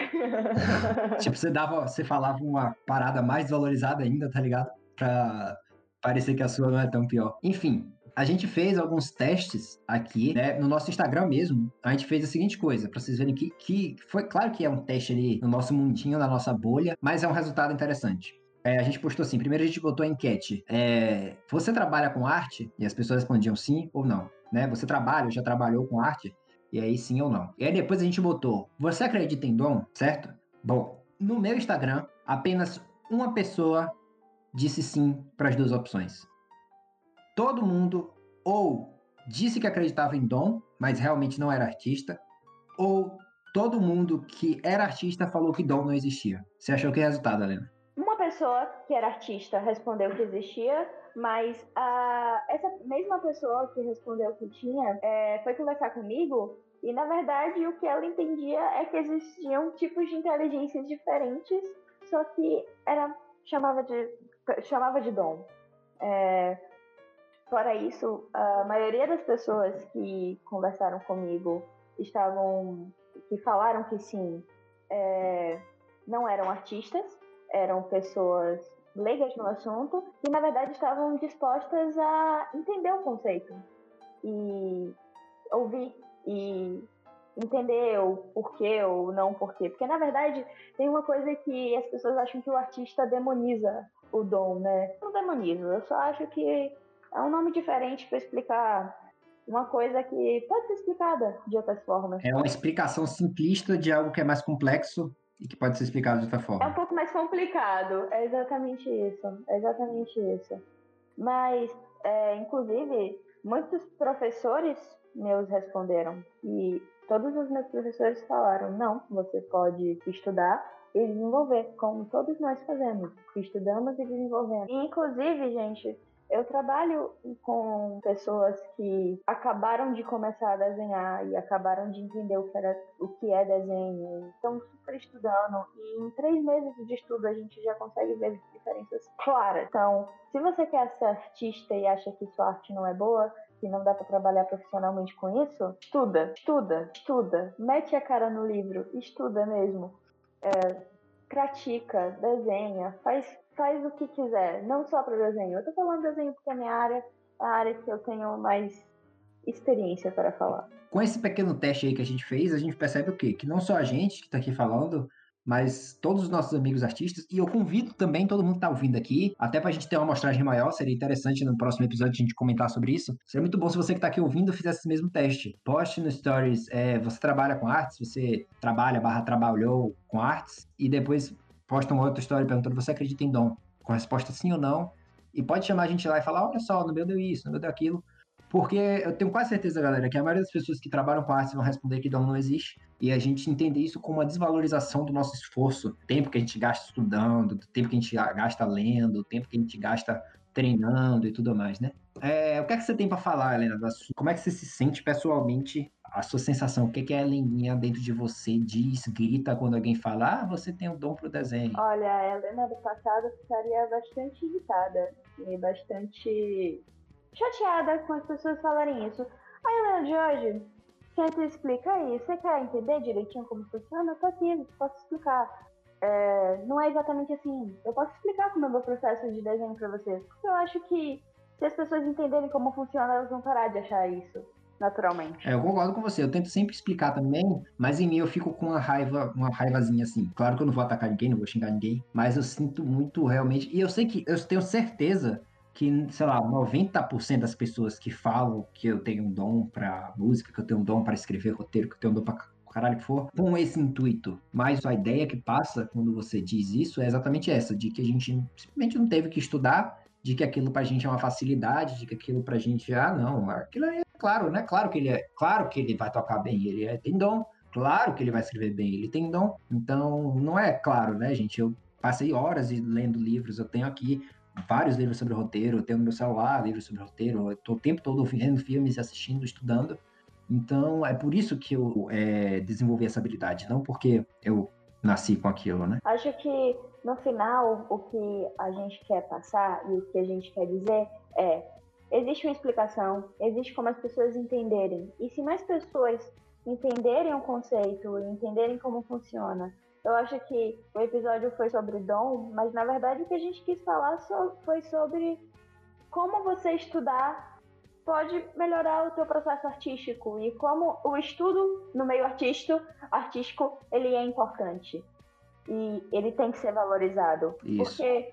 Tipo, você dava, você falava uma parada mais desvalorizada ainda, tá ligado? Pra parecer que a sua não é tão pior. Enfim, a gente fez alguns testes aqui, né? No nosso Instagram mesmo, a gente fez a seguinte coisa, pra vocês verem que, que foi claro que é um teste ali no nosso mundinho, na nossa bolha, mas é um resultado interessante. É, a gente postou assim, primeiro a gente botou a enquete. É, você trabalha com arte? E as pessoas respondiam sim ou não. Né? Você trabalha ou já trabalhou com arte? E aí sim ou não. E aí depois a gente botou, você acredita em dom? Certo? Bom, no meu Instagram, apenas uma pessoa disse sim para as duas opções. Todo mundo ou disse que acreditava em dom, mas realmente não era artista, ou todo mundo que era artista falou que dom não existia. Você achou que resultado, Helena? Uma pessoa que era artista respondeu que existia, mas a, essa mesma pessoa que respondeu que tinha é, foi conversar comigo e, na verdade, o que ela entendia é que existiam tipos de inteligências diferentes, só que era, chamava, de, chamava de dom. É, fora isso, a maioria das pessoas que conversaram comigo estavam, que falaram que sim, é, não eram artistas, eram pessoas leigas no assunto e, na verdade, estavam dispostas a entender o conceito e ouvir e entender o porquê ou não porquê. Porque, na verdade, tem uma coisa que as pessoas acham que o artista demoniza o dom, né? Não demoniza, eu só acho que é um nome diferente para explicar uma coisa que pode ser explicada de outras formas. É uma explicação simplista de algo que é mais complexo e que pode ser explicado de outra forma. É um pouco mais complicado, é exatamente isso, é exatamente isso. Mas, é, inclusive, muitos professores meus responderam e todos os meus professores falaram, não, você pode estudar e desenvolver, como todos nós fazemos, estudamos e desenvolvemos. E, inclusive, gente, eu trabalho com pessoas que acabaram de começar a desenhar e acabaram de entender o que, era, o que é desenho, estão super estudando e em três meses de estudo a gente já consegue ver diferenças claras. Então, se você quer ser artista e acha que sua arte não é boa, que não dá para trabalhar profissionalmente com isso, estuda, estuda, estuda, mete a cara no livro, estuda mesmo, é, pratica, desenha, faz faz o que quiser, não só para desenho. Eu tô falando desenho porque é a minha área, a área que eu tenho mais experiência para falar. Com esse pequeno teste aí que a gente fez, a gente percebe o quê? Que não só a gente que tá aqui falando, mas todos os nossos amigos artistas, e eu convido também todo mundo que tá ouvindo aqui, até pra gente ter uma amostragem maior, seria interessante no próximo episódio a gente comentar sobre isso. Seria muito bom se você que tá aqui ouvindo fizesse esse mesmo teste. Poste no Stories, é, você trabalha com artes, você trabalha, barra trabalhou com artes, e depois posta uma outra história perguntando, você acredita em dom? Com a resposta sim ou não. E pode chamar a gente lá e falar, olha só, no meu deu isso, no meu deu aquilo. Porque eu tenho quase certeza, galera, que a maioria das pessoas que trabalham com arte vão responder que dom não existe. E a gente entender isso como uma desvalorização do nosso esforço. Tempo que a gente gasta estudando, tempo que a gente gasta lendo, tempo que a gente gasta treinando e tudo mais, né? É, o que é que você tem para falar, Helena? Como é que você se sente pessoalmente? A sua sensação, o que é que a Heleninha dentro de você diz, grita quando alguém fala, ah, você tem o dom pro desenho? Olha, a Helena do passado ficaria bastante irritada e bastante chateada com as pessoas falarem isso. A Helena de hoje tenta explicar aí. Você quer entender direitinho como funciona? Eu tô aqui, posso explicar. É, não é exatamente assim. Eu posso explicar como é o meu processo de desenho pra vocês. Porque eu acho que se as pessoas entenderem como funciona, elas vão parar de achar isso naturalmente. É, eu concordo com você. Eu tento sempre explicar também, mas em mim eu fico com uma raiva, uma raivazinha assim. Claro que eu não vou atacar ninguém, não vou xingar ninguém, mas eu sinto muito realmente. E eu sei que, eu tenho certeza que, sei lá, noventa por cento das pessoas que falam que eu tenho um dom pra música, que eu tenho um dom pra escrever roteiro, que eu tenho um dom pra caralho que for, com esse intuito. Mas a ideia que passa quando você diz isso é exatamente essa, de que a gente simplesmente não teve que estudar, de que aquilo pra gente é uma facilidade, de que aquilo pra gente, ah, não, aquilo é claro, né? Claro que ele é, claro que ele vai tocar bem, ele é, tem dom, claro que ele vai escrever bem, ele tem dom. Então, não é claro, né, gente? Eu passei horas lendo livros, eu tenho aqui vários livros sobre roteiro, eu tenho no meu celular livros sobre roteiro, eu tô o tempo todo vendo filmes, assistindo, estudando. Então, é por isso que eu é, desenvolvi essa habilidade, não porque eu nasci com aquilo, né? Acho que, no final, o que a gente quer passar e o que a gente quer dizer é: existe uma explicação, existe como as pessoas entenderem. E se mais pessoas entenderem o conceito, entenderem como funciona, eu acho que o episódio foi sobre dom, mas na verdade o que a gente quis falar foi sobre como você estudar pode melhorar o teu processo artístico e como o estudo no meio artístico, artístico ele é importante e ele tem que ser valorizado. Isso. Porque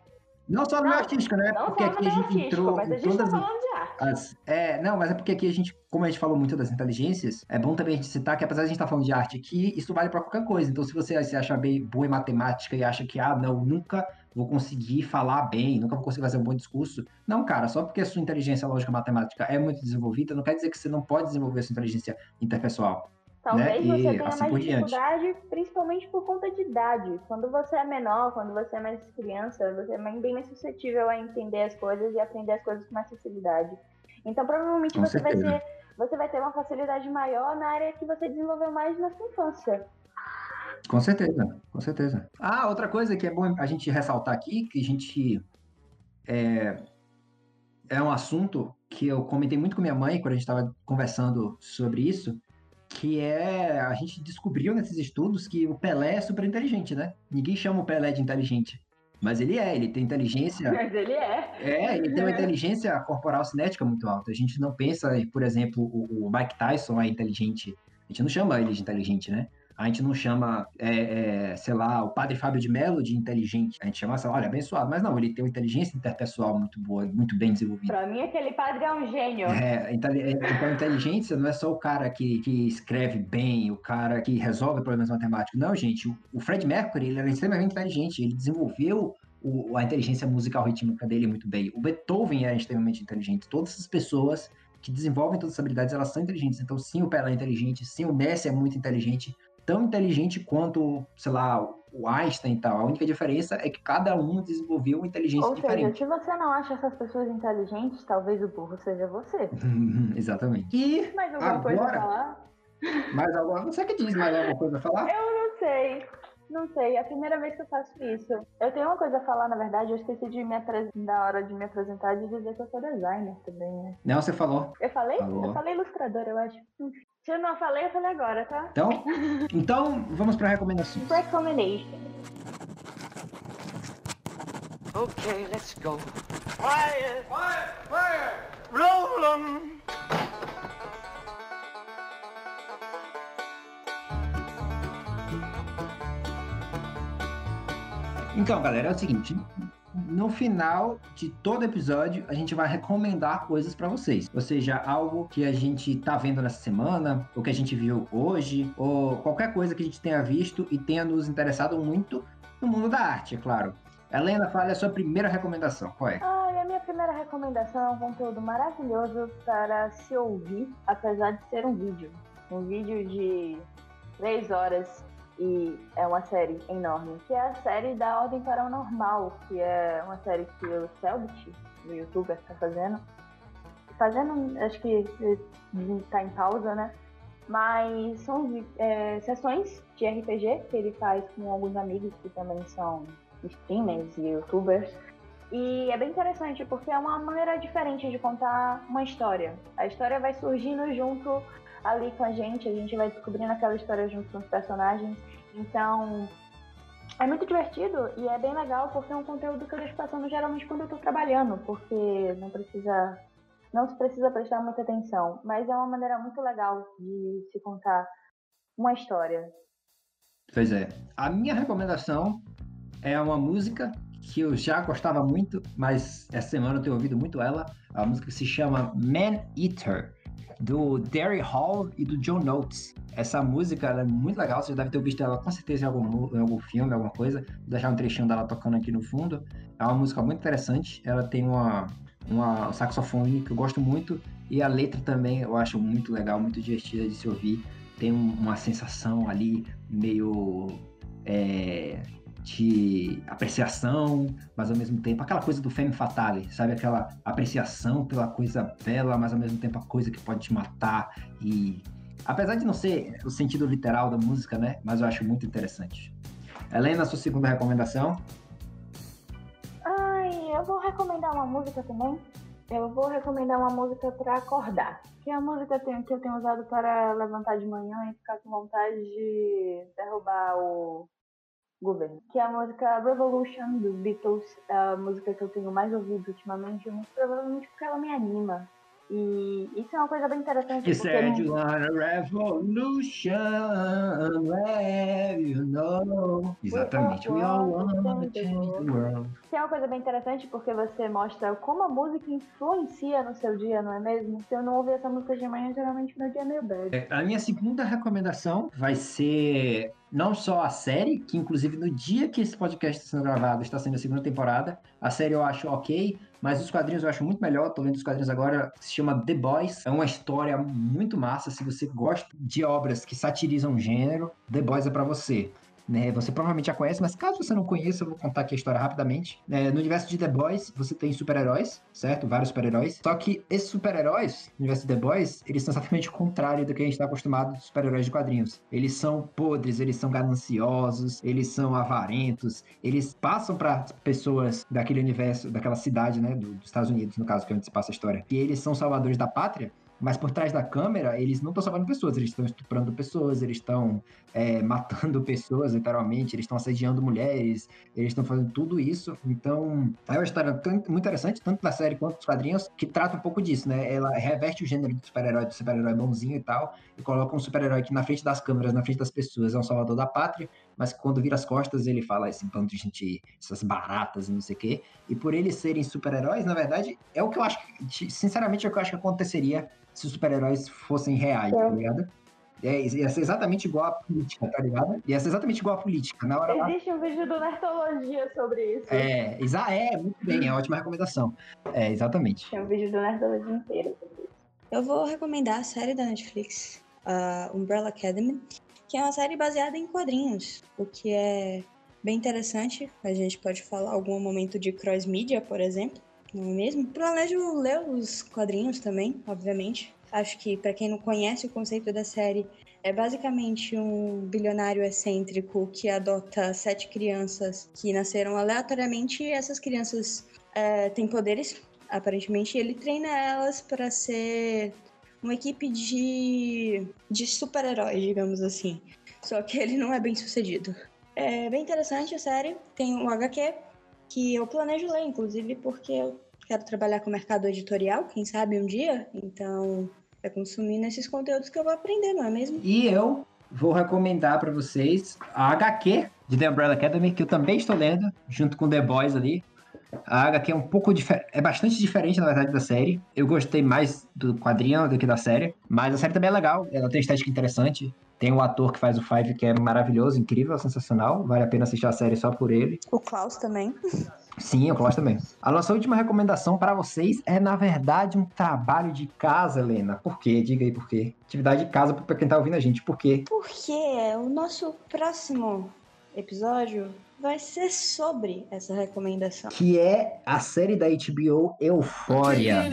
Não só no meio artístico, né? Não Porque só no aqui a meio gente artístico, entrou mas a em gente tá todas falando de arte. as... É, não, mas é porque aqui a gente, como a gente falou muito das inteligências, é bom também a gente citar que apesar de a gente estar falando de arte aqui, isso vale para qualquer coisa. Então, se você se acha bem boa em matemática e acha que, ah, não, nunca vou conseguir falar bem, nunca vou conseguir fazer um bom discurso. Não, cara, só porque a sua inteligência lógica matemática é muito desenvolvida, não quer dizer que você não pode desenvolver a sua inteligência interpessoal. Né? Talvez você E tenha assim mais por diante. dificuldade, principalmente por conta de idade. Quando você é menor, quando você é mais criança, você é bem mais suscetível a entender as coisas e aprender as coisas com mais facilidade. Então, provavelmente Com você vai, certeza. ser, você vai ter uma facilidade maior na área que você desenvolveu mais na sua infância. Com certeza, com certeza. Ah, outra coisa que é bom a gente ressaltar aqui, que a gente é, é um assunto que eu comentei muito com minha mãe quando a gente estava conversando sobre isso, que é a gente descobriu nesses estudos que o Pelé é super inteligente, né? Ninguém chama o Pelé de inteligente, mas ele é, ele tem inteligência. Mas ele é. É, ele tem uma inteligência corporal cinética muito alta. A gente não pensa, por exemplo, o, o Mike Tyson é inteligente. A gente não chama ele de inteligente, né? A gente não chama, é, é, sei lá, o Padre Fábio de Mello de inteligente. A gente chama, sei lá, olha, abençoado. Mas não, ele tem uma inteligência interpessoal muito boa, muito bem desenvolvida. Pra mim, aquele padre é um gênio. É, então, inteligência não é só o cara que, que escreve bem, o cara que resolve problemas matemáticos. Não, gente, o, o Fred Mercury, ele era extremamente inteligente. Ele desenvolveu o, a inteligência musical rítmica dele muito bem. O Beethoven era extremamente inteligente. Todas essas pessoas que desenvolvem todas essas habilidades, elas são inteligentes. Então, sim, o Pelé é inteligente, sim, o Messi é muito inteligente. Tão inteligente quanto, sei lá, o Einstein e tal. A única diferença é que cada um desenvolveu uma inteligência Ou diferente. seja, se você não acha essas pessoas inteligentes, talvez o burro seja você. Exatamente. E mais alguma agora, coisa a falar? Mais alguma, você que diz mais alguma coisa a falar? Eu não sei. Não sei, é a primeira vez que eu faço isso. Eu tenho uma coisa a falar, na verdade, eu esqueci de me apresentar, na hora de me apresentar, de dizer que eu sou designer também, né? Não, você falou. Eu falei? Falou. Eu falei ilustrador, eu acho. Se eu não falei, eu falei agora, tá? Então, então vamos para recomendações. Recommendation. Okay, let's go. Quiet! Quiet! Quiet! Roll 'em! Então, galera, é o seguinte, no final de todo episódio, a gente vai recomendar coisas para vocês. Ou seja, algo que a gente tá vendo nessa semana, ou que a gente viu hoje, ou qualquer coisa que a gente tenha visto e tenha nos interessado muito no mundo da arte, é claro. Helena, fale a sua primeira recomendação. Qual é? Ah, e a minha primeira recomendação é um conteúdo maravilhoso para se ouvir, apesar de ser um vídeo. Um vídeo de três horas e é uma série enorme, que é a série da Ordem Paranormal, que é uma série que o Selbit, do YouTube, está fazendo. Fazendo, acho que está em pausa, né? Mas são é, sessões de R P G que ele faz com alguns amigos que também são streamers e youtubers. E é bem interessante porque é uma maneira diferente de contar uma história. A história vai surgindo junto ali com a gente, a gente vai descobrindo aquela história junto com os personagens. Então, é muito divertido e é bem legal porque é um conteúdo que eu deixo passando geralmente quando eu tô trabalhando, porque não precisa, não se precisa prestar muita atenção, mas é uma maneira muito legal de se contar uma história. Pois é. A minha recomendação é uma música que eu já gostava muito, mas essa semana eu tenho ouvido muito ela. A música se chama Man Eater, do Derry Hall e do Joe Notes. Essa música ela é muito legal, você já deve ter visto ela com certeza em algum, em algum filme, alguma coisa. Vou deixar um trechinho dela tocando aqui no fundo. É uma música muito interessante, ela tem uma, uma um saxofone que eu gosto muito e a letra também eu acho muito legal, muito divertida de se ouvir. Tem um, uma sensação ali meio é, de apreciação, mas ao mesmo tempo aquela coisa do femme fatale, sabe? Aquela apreciação pela coisa bela, mas ao mesmo tempo a coisa que pode te matar. E apesar de não ser o sentido literal da música, né? Mas eu acho muito interessante. Helena, sua segunda recomendação? Ai, eu vou recomendar uma música também. Eu vou recomendar uma música para acordar. Que é a música que eu tenho usado para levantar de manhã e ficar com vontade de derrubar o governo. Que é a música Revolution, dos Beatles. É a música que eu tenho mais ouvido ultimamente, muito provavelmente porque ela me anima. E isso é uma coisa bem interessante. You porque said não- you want a revolution, where you know. Exatamente. We all want to change the world. Isso é uma coisa bem interessante porque você mostra como a música influencia no seu dia, não é mesmo? Se eu não ouvir essa música de manhã, geralmente meu dia é meio bad. É, a minha segunda recomendação vai ser não só a série, que inclusive no dia que esse podcast está sendo gravado, está sendo a segunda temporada. A série eu acho ok, mas os quadrinhos eu acho muito melhor. Tô lendo os quadrinhos agora, se chama The Boys. É uma história muito massa. Se você gosta de obras que satirizam o gênero, The Boys é pra você. Né, você provavelmente já conhece, mas caso você não conheça, eu vou contar aqui a história rapidamente. É, no universo de The Boys, você tem super-heróis, certo? Vários super-heróis. Só que esses super-heróis, no universo de The Boys, eles são exatamente o contrário do que a gente está acostumado dos super-heróis de quadrinhos. Eles são podres, eles são gananciosos, eles são avarentos, eles passam para pessoas daquele universo, daquela cidade, né, do- dos Estados Unidos, no caso, que é onde se passa a história, que eles são salvadores da pátria. Mas por trás da câmera, eles não estão salvando pessoas, eles estão estuprando pessoas, eles estão é, matando pessoas, literalmente, eles estão assediando mulheres, eles estão fazendo tudo isso. Então, é uma história tanto- muito interessante, tanto da série quanto dos quadrinhos, que trata um pouco disso, né? Ela reverte o gênero do super-herói, do super-herói bonzinho e tal, e coloca um super-herói que na frente das câmeras, na frente das pessoas, é um salvador da pátria, mas quando vira as costas, ele fala esse bando de gente, essas baratas e não sei o quê. E por eles serem super-heróis, na verdade, é o que eu acho que, sinceramente, é o que eu acho que aconteceria se os super-heróis fossem reais, tá ligado? É, ia ser exatamente igual à política, tá ligado? Ia ser exatamente igual à política. Na hora lá. Existe um vídeo do Nerdologia sobre isso. É, exa é, muito bem, é uma ótima recomendação. É, exatamente. Tem um vídeo do Nerdologia inteiro sobre isso. Eu vou recomendar a série da Netflix, a Umbrella Academy, que é uma série baseada em quadrinhos, o que é bem interessante. A gente pode falar algum momento de cross-mídia, por exemplo, não é mesmo? Planejo ler os quadrinhos também, obviamente. Acho que, para quem não conhece o conceito da série, é basicamente um bilionário excêntrico que adota sete crianças que nasceram aleatoriamente, e essas crianças é, têm poderes, aparentemente, e ele treina elas para ser uma equipe de, de super-heróis, digamos assim. Só que ele não é bem sucedido. É bem interessante a série. Tem um agá quê que eu planejo ler, inclusive, porque eu quero trabalhar com o mercado editorial, quem sabe um dia. Então, é consumindo esses conteúdos que eu vou aprender, não é mesmo? E eu vou recomendar pra vocês a agá quê de The Umbrella Academy, que eu também estou lendo, junto com The Boys ali. A agá quê é um pouco diferente, é bastante diferente, na verdade, da série. Eu gostei mais do quadrinho do que da série, mas a série também é legal, ela tem estética interessante. Tem o ator que faz o Five, que é maravilhoso, incrível, sensacional. Vale a pena assistir a série só por ele. O Klaus também. Sim, eu gosto também. A nossa última recomendação para vocês é, na verdade, um trabalho de casa, Helena. Por quê? Diga aí por quê. Atividade de casa para quem tá ouvindo a gente. Por quê? Porque o nosso próximo episódio vai ser sobre essa recomendação. Que é a série da H B O Euphoria.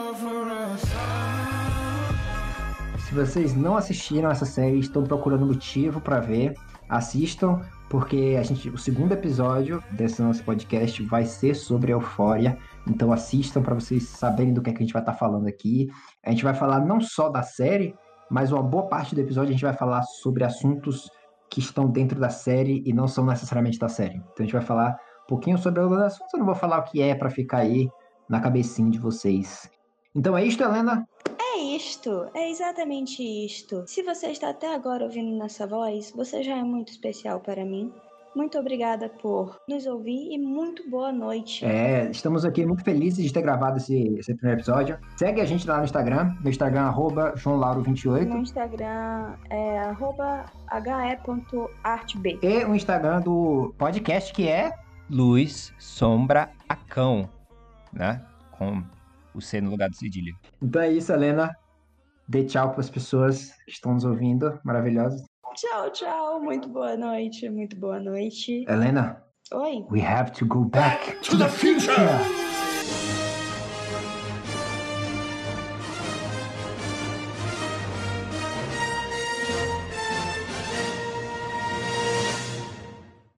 Se vocês não assistiram essa série, estão procurando motivo para ver, assistam, porque a gente, o segundo episódio desse nosso podcast vai ser sobre Euphoria. Então assistam para vocês saberem do que, é que a gente vai estar falando aqui. A gente vai falar não só da série, mas uma boa parte do episódio a gente vai falar sobre assuntos que estão dentro da série e não são necessariamente da série. Então a gente vai falar um pouquinho sobre alguns assuntos. Eu não vou falar o que é para ficar aí na cabecinha de vocês. Então é isto, Helena? É isto, é exatamente isto. Se você está até agora ouvindo nossa voz, você já é muito especial para mim. Muito obrigada por nos ouvir e muito boa noite. É, estamos aqui muito felizes de ter gravado esse, esse primeiro episódio. Segue a gente lá no Instagram, no Instagram, arroba João Lauro vinte e oito. No Instagram é arroba h e ponto art b. E o Instagram do podcast, que é Luz Sombra Acão, né? Com o C no lugar do cedilha. Então é isso, Helena. Dê tchau para as pessoas que estão nos ouvindo, maravilhosas. Tchau, tchau. Muito boa noite, muito boa noite. Helena, Oi. we have to go back To the future!